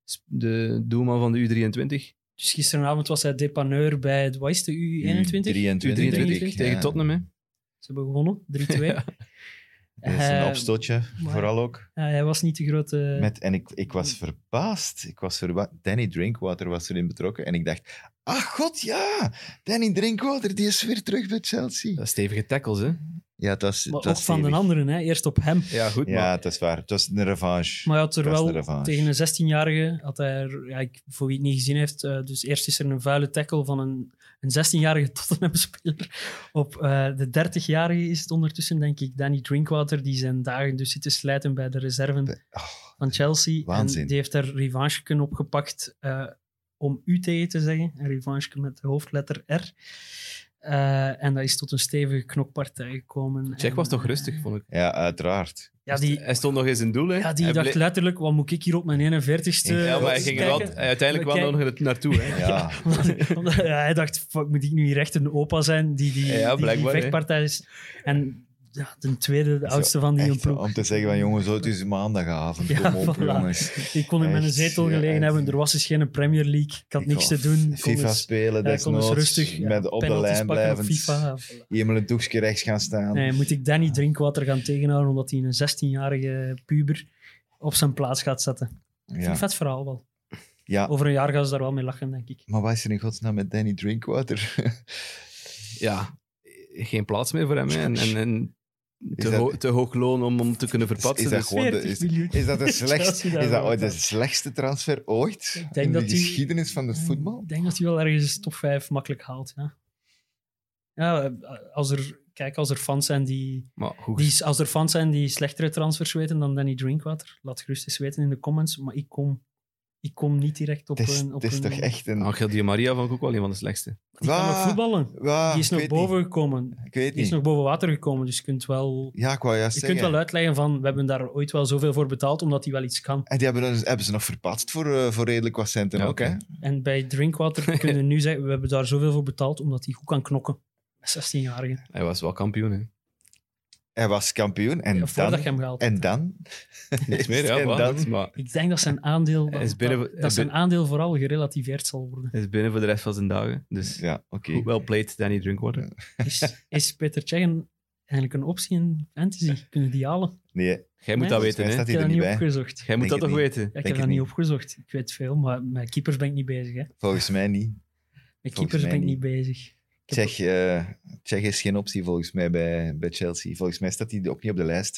de doelman van de U drieëntwintig. Dus gisteravond was hij depaneur bij het, wat is de U eenentwintig? U drieëntwintig, U drieëntwintig ja. tegen Tottenham, hè. Ze hebben gewonnen, drie twee. Ja. Dat is een Eh, opstootje, maar- vooral ook. Ja, hij was niet de grote... Met, en ik, ik was verbaasd. Ik was verba- Danny Drinkwater was erin betrokken. En ik dacht, ah god, ja! Danny Drinkwater, die is weer terug bij Chelsea. Dat is stevige tackles, hè? Ja, het was, maar het ook was van de stevig. anderen, hè. Eerst op hem. Ja, goed, Ja, maar... het is waar. Het was een revanche. Maar hij had er Dat is de wel revanche. tegen een zestienjarige, had hij er, ja, ik, voor wie het niet gezien heeft, uh, dus eerst is er een vuile tackle van een, een zestienjarige Tottenham-speler. Op uh, de dertigjarige is het ondertussen, denk ik, Danny Drinkwater, die zijn dagen dus zit te slijten bij de reserven Oh, van Chelsea. waanzin. En die heeft daar revanche opgepakt uh, om u tegen te zeggen. Een revanche met de hoofdletter R. Uh, en dat is tot een stevige knokpartij gekomen. Check was en, toch uh, rustig, vond ik. ja, uiteraard. Ja, die, Hij stond nog eens in doel, hè? ja, die Hij dacht ble- letterlijk, wat moet ik hier op mijn eenenveertigste Ja, maar hij ging er wel, kijken? hij uiteindelijk wel Kijk- nog er naartoe, hè? Ja. Omdat- ja, hij dacht, fuck, moet ik nu hier echt een opa zijn die die, Ja, die, die blijkbaar, hè. vechtpartij is. En ja, de tweede, de oudste van die Echt, ploeg. om te zeggen van jongens, het is maandagavond. Ja, Kom op, voilà. jongens. Ik kon in mijn Echt, zetel ja, gelegen echt. hebben. Er was dus geen Premier League. Ik had Ik niks wou te doen. Ik kon FIFA dus- spelen, ja, ik kon dus desnoods. rustig ja, met op de penalties lijn pakken op blijven. FIFA. Voilà. Hier met een doekje rechts gaan staan. Nee, moet ik Danny Drinkwater gaan tegenhouden omdat hij een zestienjarige puber op zijn plaats gaat zetten. Ja. Ja. Een vet verhaal wel. ja, Over een jaar gaan ze daar wel mee lachen, denk ik. maar wat is er in godsnaam met Danny Drinkwater? Ja, geen plaats meer voor hem, hè? En, en, en te, dat- ho- te hoog loon om hem te kunnen verpatsen. Is dat dus- gewoon de, veertig is, miljoen. is dat de Chelsea slechtste, daar is dat wel ooit de van. slechtste transfer ooit Ik denk in de dat die- geschiedenis van het voetbal? Ik denk dat hij wel ergens top vijf makkelijk haalt. Ja, ja als er, kijk, als er fans zijn die, Maar hoe, die, als er fans zijn die slechtere transfers weten dan Danny Drinkwater, laat gerust eens weten in de comments. Maar ik kom, ik kom niet direct op Het is, een. Op het is een toch echt een... Angel Di Maria vond ik ook wel een van de slechtste. Die kan nog Waar? voetballen. Waar? Die is Ik nog weet boven niet. gekomen. Ik weet Die is niet. nog boven water gekomen. Dus je kunt wel, Ja, ik wou juist je zeggen. kunt wel uitleggen van we hebben daar ooit wel zoveel voor betaald omdat hij wel iets kan. En die hebben, dan- hebben ze nog verpatst voor, uh, voor redelijk wat centen Ja, ook, oké. hè? En bij Drinkwater kunnen we nu zeggen we hebben daar zoveel voor betaald omdat hij goed kan knokken. zestienjarige. Hij was wel kampioen, hè? Hij was kampioen en Ja, voordat dan... je hem gehaald En dan? Niks meer, ja. En maar- dan? Maar Ik denk dat zijn aandeel, Hij is binnen- dat, hij dat zijn bin- aandeel vooral gerelativeerd zal worden. hij is binnen voor de rest van zijn dagen. Dus Ja, oké. goed wel played, Danny Drinkwater. Is, is Peter Cech een- eigenlijk een optie in fantasy? Kunnen die halen? Nee, Jij moet Nee, dat volgens weten, mij hè? staat Ik hij heb er dat niet niet bij. opgezocht. Jij moet Denk dat toch het weten? Ja, ik Denk heb dat het niet niet. opgezocht. Ik weet veel, maar met keepers ben ik niet bezig. Hè. Volgens mij niet. Met Volgens keepers mij ben ik niet. niet bezig. Ik heb- Tsjech, uh, Tsjech is geen optie volgens mij bij, bij Chelsea. Volgens mij staat hij ook niet op de lijst.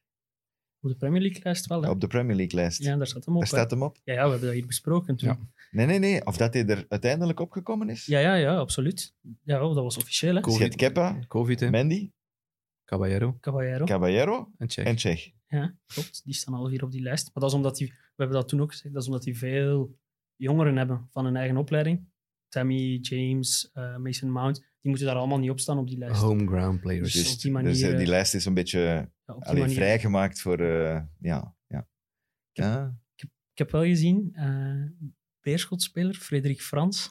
Op de Premier League lijst wel. Hè? Op de Premier League lijst. Ja, daar staat hem op. Daar hè. staat hem op. Ja, ja, we hebben dat hier besproken toen. Ja. Ja, Nee, nee, nee. Of dat hij er uiteindelijk opgekomen is. ja, ja, ja, absoluut. Ja, oh, dat was officieel. Hè? Cool. Dus je hebt Kepa, Covid, hè? Mendy, Caballero Caballero. Caballero en Check. en Tsjech. Ja, klopt. Die staan al vier op die lijst. Maar dat is omdat die, we hebben dat toen ook gezegd, dat is omdat die veel jongeren hebben van hun eigen opleiding. Tammy, James, uh, Mason Mount, die moeten daar allemaal niet op staan op die lijst. Homeground players. Dus- Dus, op die manier, dus, eh, die eh, lijst is een beetje Ja, op die allee, manier. vrijgemaakt voor... eh, ja, ja. ja. Ik heb wel gezien, uh, Beerschot-speler Frederik Frans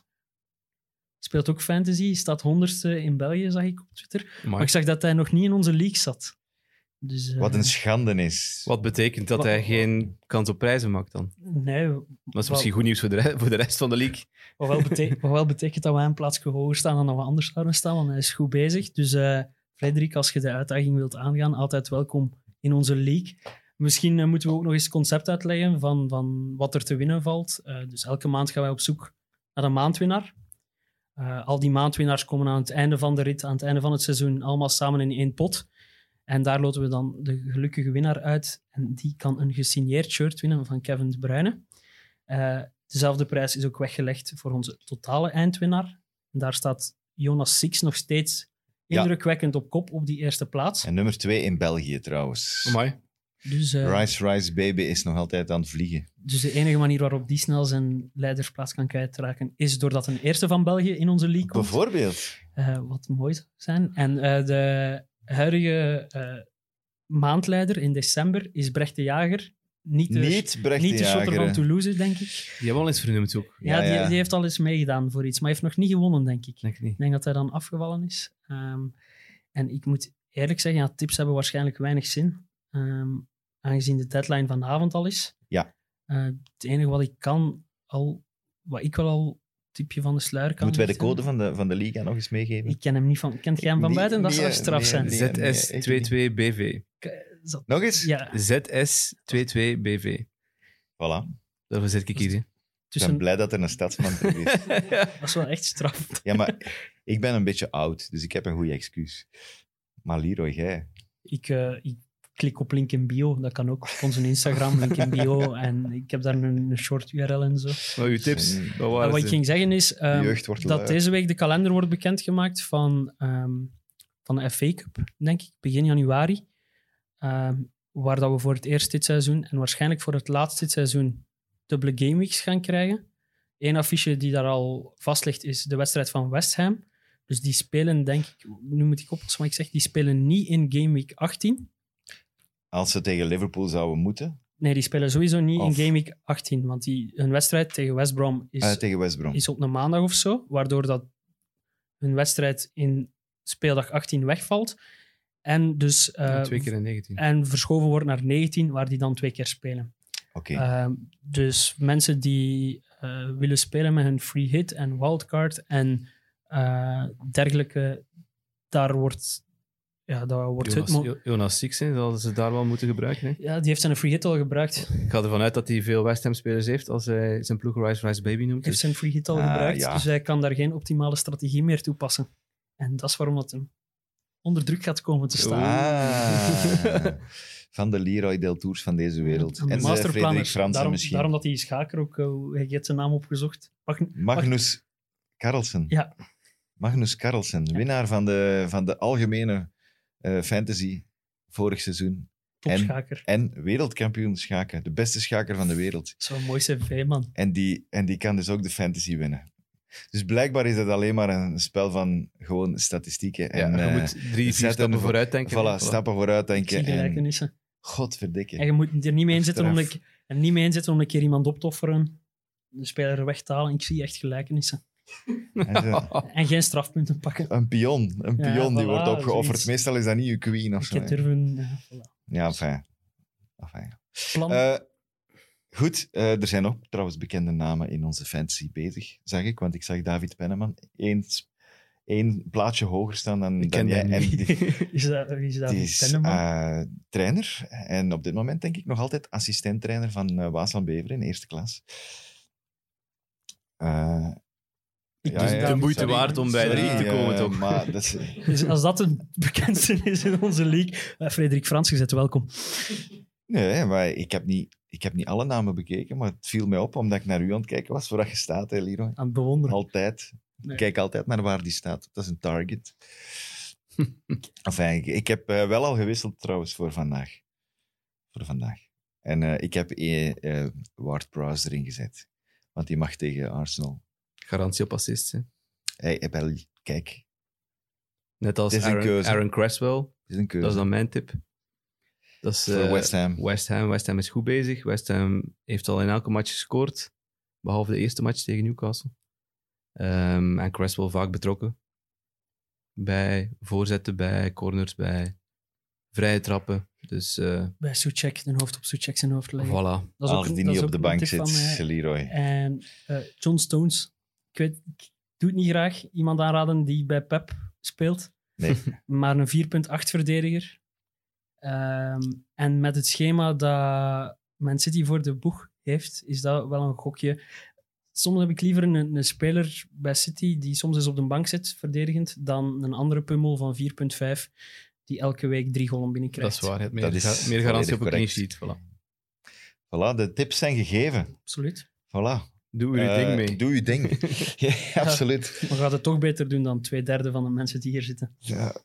speelt ook fantasy, staat honderdste in België, zag ik op Twitter. Maar ik zag dat hij nog niet in onze league zat. Dus, uh, Wat een schande is. Wat betekent dat Wat- hij geen kans op prijzen maakt dan? Nee, Dat is Wel- misschien goed nieuws voor de, re- voor de rest van de league. wat wel, bete- wat wel betekent dat we een plaatsje hoger staan dan dat we anders zouden staan, want hij is goed bezig. Dus uh, Frederik, als je de uitdaging wilt aangaan, altijd welkom in onze league. Misschien uh, moeten we ook nog eens het concept uitleggen van, van wat er te winnen valt. Uh, dus elke maand gaan wij op zoek naar een maandwinnaar. Uh, al die maandwinnaars komen aan het einde van de rit, aan het einde van het seizoen, allemaal samen in één pot. En daar loten we dan de gelukkige winnaar uit. En die kan een gesigneerd shirt winnen van Kevin De Bruyne. Uh, dezelfde prijs is ook weggelegd voor onze totale eindwinnaar. En daar staat Jonas Six nog steeds Ja. indrukwekkend op kop op die eerste plaats. En nummer twee in België trouwens. Amai. Dus, uh, Rice Rice Baby is nog altijd aan het vliegen. dus de enige manier waarop die snel zijn leidersplaats kan kwijtraken is doordat een eerste van België in onze league komt. Bijvoorbeeld. Uh, wat mooi zou zijn. En uh, de huidige uh, maandleider in december is Brecht de Jager. Niet de, Niet Brecht niet de de shotter van Jager. Toulouse, denk ik. Die hebben al eens vernoemd ook. Ja, Ja, die, ja. die heeft al eens meegedaan voor iets, maar heeft nog niet gewonnen, denk ik. Denk ik niet. Ik denk dat hij dan afgevallen is. Um, en ik moet eerlijk zeggen, ja, tips hebben waarschijnlijk weinig zin, um, aangezien de deadline vanavond al is. Ja. Uh, het enige wat ik kan al, wat ik wel al tipje van de sluier kan Moeten wij de lichten. code van de, van de Liga nog eens meegeven? Ik ken hem niet van... Kent jij hem van Nee, buiten? Dat nee, zou straf nee, zijn. nee. Z S tweeëntwintig B V. Is dat- Nog eens? Ja, Z S tweeëntwintig B V. Voilà. Daarvoor zit ik hier. hè. Ik tussen, ben blij dat er een stadsman terug is. dat is wel echt straf. Ja, maar ik ben een beetje oud, dus ik heb een goede excuus. Maar Leroy, jij... Ik, eh, ik klik op link in bio, dat kan ook. Op onze Instagram, link in bio. En ik heb daar een, een short U R L en zo. Wat uw tips? En- Wat En waren wat ik ze? ging zeggen is ehm, jeugd wordt dat lui. deze week de kalender wordt bekendgemaakt van, ehm, van de F A Cup, denk ik, begin januari. Ehm, waar dat we voor het eerst dit seizoen en waarschijnlijk voor het laatst dit seizoen dubbele gameweeks gaan krijgen. Eén affiche die daar al vast ligt is de wedstrijd van West Ham. Dus die spelen, denk ik, nu moet ik oppassen wat ik zeg, die spelen niet in gameweek achttien. Als ze tegen Liverpool zouden moeten, Nee, die spelen sowieso niet Of- in gameweek achttien, want die, hun wedstrijd tegen West Brom is, eh, tegen West Brom. is op een maandag of zo, waardoor dat hun wedstrijd in speeldag achttien wegvalt. En dus eh, Ja, twee keer in negentien. en verschoven wordt naar negentien, waar die dan twee keer spelen. Oké. Ehm, dus mensen die eh, willen spelen met hun free hit en wildcard en eh, dergelijke, daar wordt, ja, daar wordt het... Jonas, mo- Jo- Jonas ziek zijn, zal ze daar wel moeten gebruiken. Hè? Ja, die heeft zijn free hit al gebruikt. Ik ga ervan uit dat hij veel West Ham spelers heeft als hij zijn ploeg Rice Rice Baby noemt. heeft Dus zijn free hit al Ah, gebruikt, ja. dus hij kan daar geen optimale strategie meer toepassen. En dat is waarom dat hem onder druk gaat komen te staan. Ah, van de Leroy Del Tours van deze wereld. En de En de Frederik masterplanners. Fransen Daarom, misschien. daarom dat hij schaker ook... Uh, hij heeft zijn naam opgezocht. Mag, Magnus Carlsen. Ja. Magnus Carlsen, Ja. winnaar van de, van de algemene eh, fantasy vorig seizoen. topschaker. En wereldkampioen schaken. De beste schaker van de wereld. Zo'n mooi cv, man. En die, en die kan dus ook de fantasy winnen. Dus blijkbaar is het alleen maar een spel van gewoon statistieken. ja, En, je eh, moet drie, vier zetten stappen voor- vooruit denken. voilà, hè. stappen vooruit Ik denken. zie En, gelijkenissen. godverdikke. En je moet er niet mee inzetten om, Straf. een, en niet mee inzetten om een keer iemand op te offeren. De speler weg te halen. Ik zie echt gelijkenissen. En zo, En geen strafpunten pakken. een pion. Een Ja, pion die voilà, wordt opgeofferd. zoiets. Meestal is dat niet uw queen of Ik zo. heb durven... Ja, voilà. Ja, enfin. enfin. Plan. Eh, goed, eh, er zijn ook trouwens bekende namen in onze fantasy bezig, zag ik. Want ik zag David Penneman één, één plaatje hoger staan dan, Ik dan ken jij. die En niet. die, is dat, wie is dat? die is Penneman? eh, trainer. En op dit moment denk ik nog altijd assistent-trainer van uh, Waasland Beveren in eerste klas. Eh, Ik ja, dus ja, daar- de moeite sorry. waard om bij de Sorry, league te komen, eh, toch? Maar dat is, Dus als dat een bekendste is in onze league. Uh, Frederik Frans gezet, welkom. nee, maar ik heb, niet, ik heb niet alle namen bekeken, maar het viel mij op omdat ik naar u aan het kijken was, voordat je staat, hè, Leroy. Aan het bewonderen. Altijd. Nee. Ik kijk altijd naar waar die staat. Dat is een target. Enfin, ik, ik heb eh, wel al gewisseld trouwens voor vandaag. Voor vandaag. En eh, ik heb eh, eh, Ward Prowse erin gezet. Want die mag tegen Arsenal. Garantie op assist. Hè. Hey, eh, wel, kijk, Net als Het is een Aaron, keuze. Aaron Cresswell. het is een keuze. Dat is dan mijn tip. Dat is, voor eh, West Ham. West Ham. West Ham is goed bezig. West Ham heeft al in elke match gescoord. Behalve de eerste match tegen Newcastle. Ehm, en Cresswell vaak betrokken. Bij voorzetten, bij corners, bij vrije trappen. Dus eh Bij Soucek, de hoofd op Soucek zijn hoofd leggen. voilà. Dat is ook Als een- die dat niet is op de ook een bank tip zit, van mij. Leroy. En eh, John Stones, ik, weet, ik doe het niet graag, iemand aanraden die bij Pep speelt, Nee. maar een vier komma acht verdediger. Ehm, en met het schema dat Man City voor de boeg heeft, is dat wel een gokje. Soms heb ik liever een, een speler bij City die soms eens op de bank zit, verdedigend, dan een andere pummel van vier komma vijf die elke week drie golen Dat binnenkrijgt. is waar. Je hebt meer, Dat is ga- meer garantie op een clean volledig sheet. Voilà. Voilà, de tips zijn gegeven. Absoluut. Voilà. Doe er je Eh, ding mee. Doe je ding. Ja, absoluut. Maar gaat het toch beter doen dan twee derde van de mensen die hier zitten. Ja,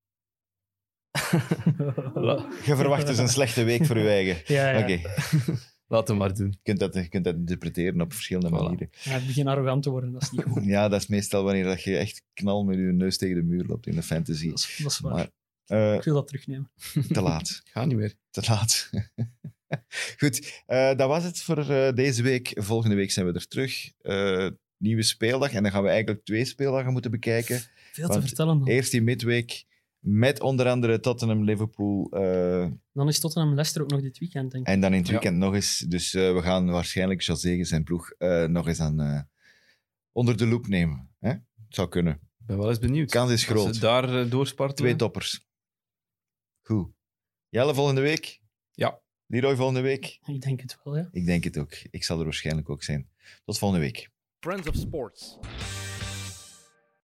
Voilà. je verwacht dus een slechte week voor je eigen. Ja, ja. Oké, Laat hem maar doen. je, kunt dat, je kunt dat interpreteren op verschillende Voilà. manieren. Ja, ik begin arrogant te worden, dat is niet goed. Ja, dat is meestal wanneer dat je echt knal met je neus tegen de muur loopt in de fantasy. Dat is, dat is waar. Maar eh, Ik wil dat terugnemen. te laat. Ga niet meer. Te laat. Goed, eh, dat was het voor eh, deze week. Volgende week zijn we er terug. Eh, nieuwe speeldag. En dan gaan we eigenlijk twee speeldagen moeten bekijken. Veel te Want vertellen dan. Eerst die midweek met onder andere Tottenham, Liverpool. eh, Dan is Tottenham Leicester ook nog dit weekend, denk ik. en dan in het Ja. weekend nog eens. Dus eh, we gaan waarschijnlijk José zijn ploeg eh, nog eens aan, eh, onder de loep nemen. Hè? Het zou kunnen. Ik ben wel eens benieuwd. Kans is Als groot. ze daar uh, doorspartelen. Twee toppers. Goed. Jelle volgende week? Ja. Leroy volgende week? Ik denk het wel, ja. Ik denk het ook. Ik zal er waarschijnlijk ook zijn. Tot volgende week. Friends of Sports.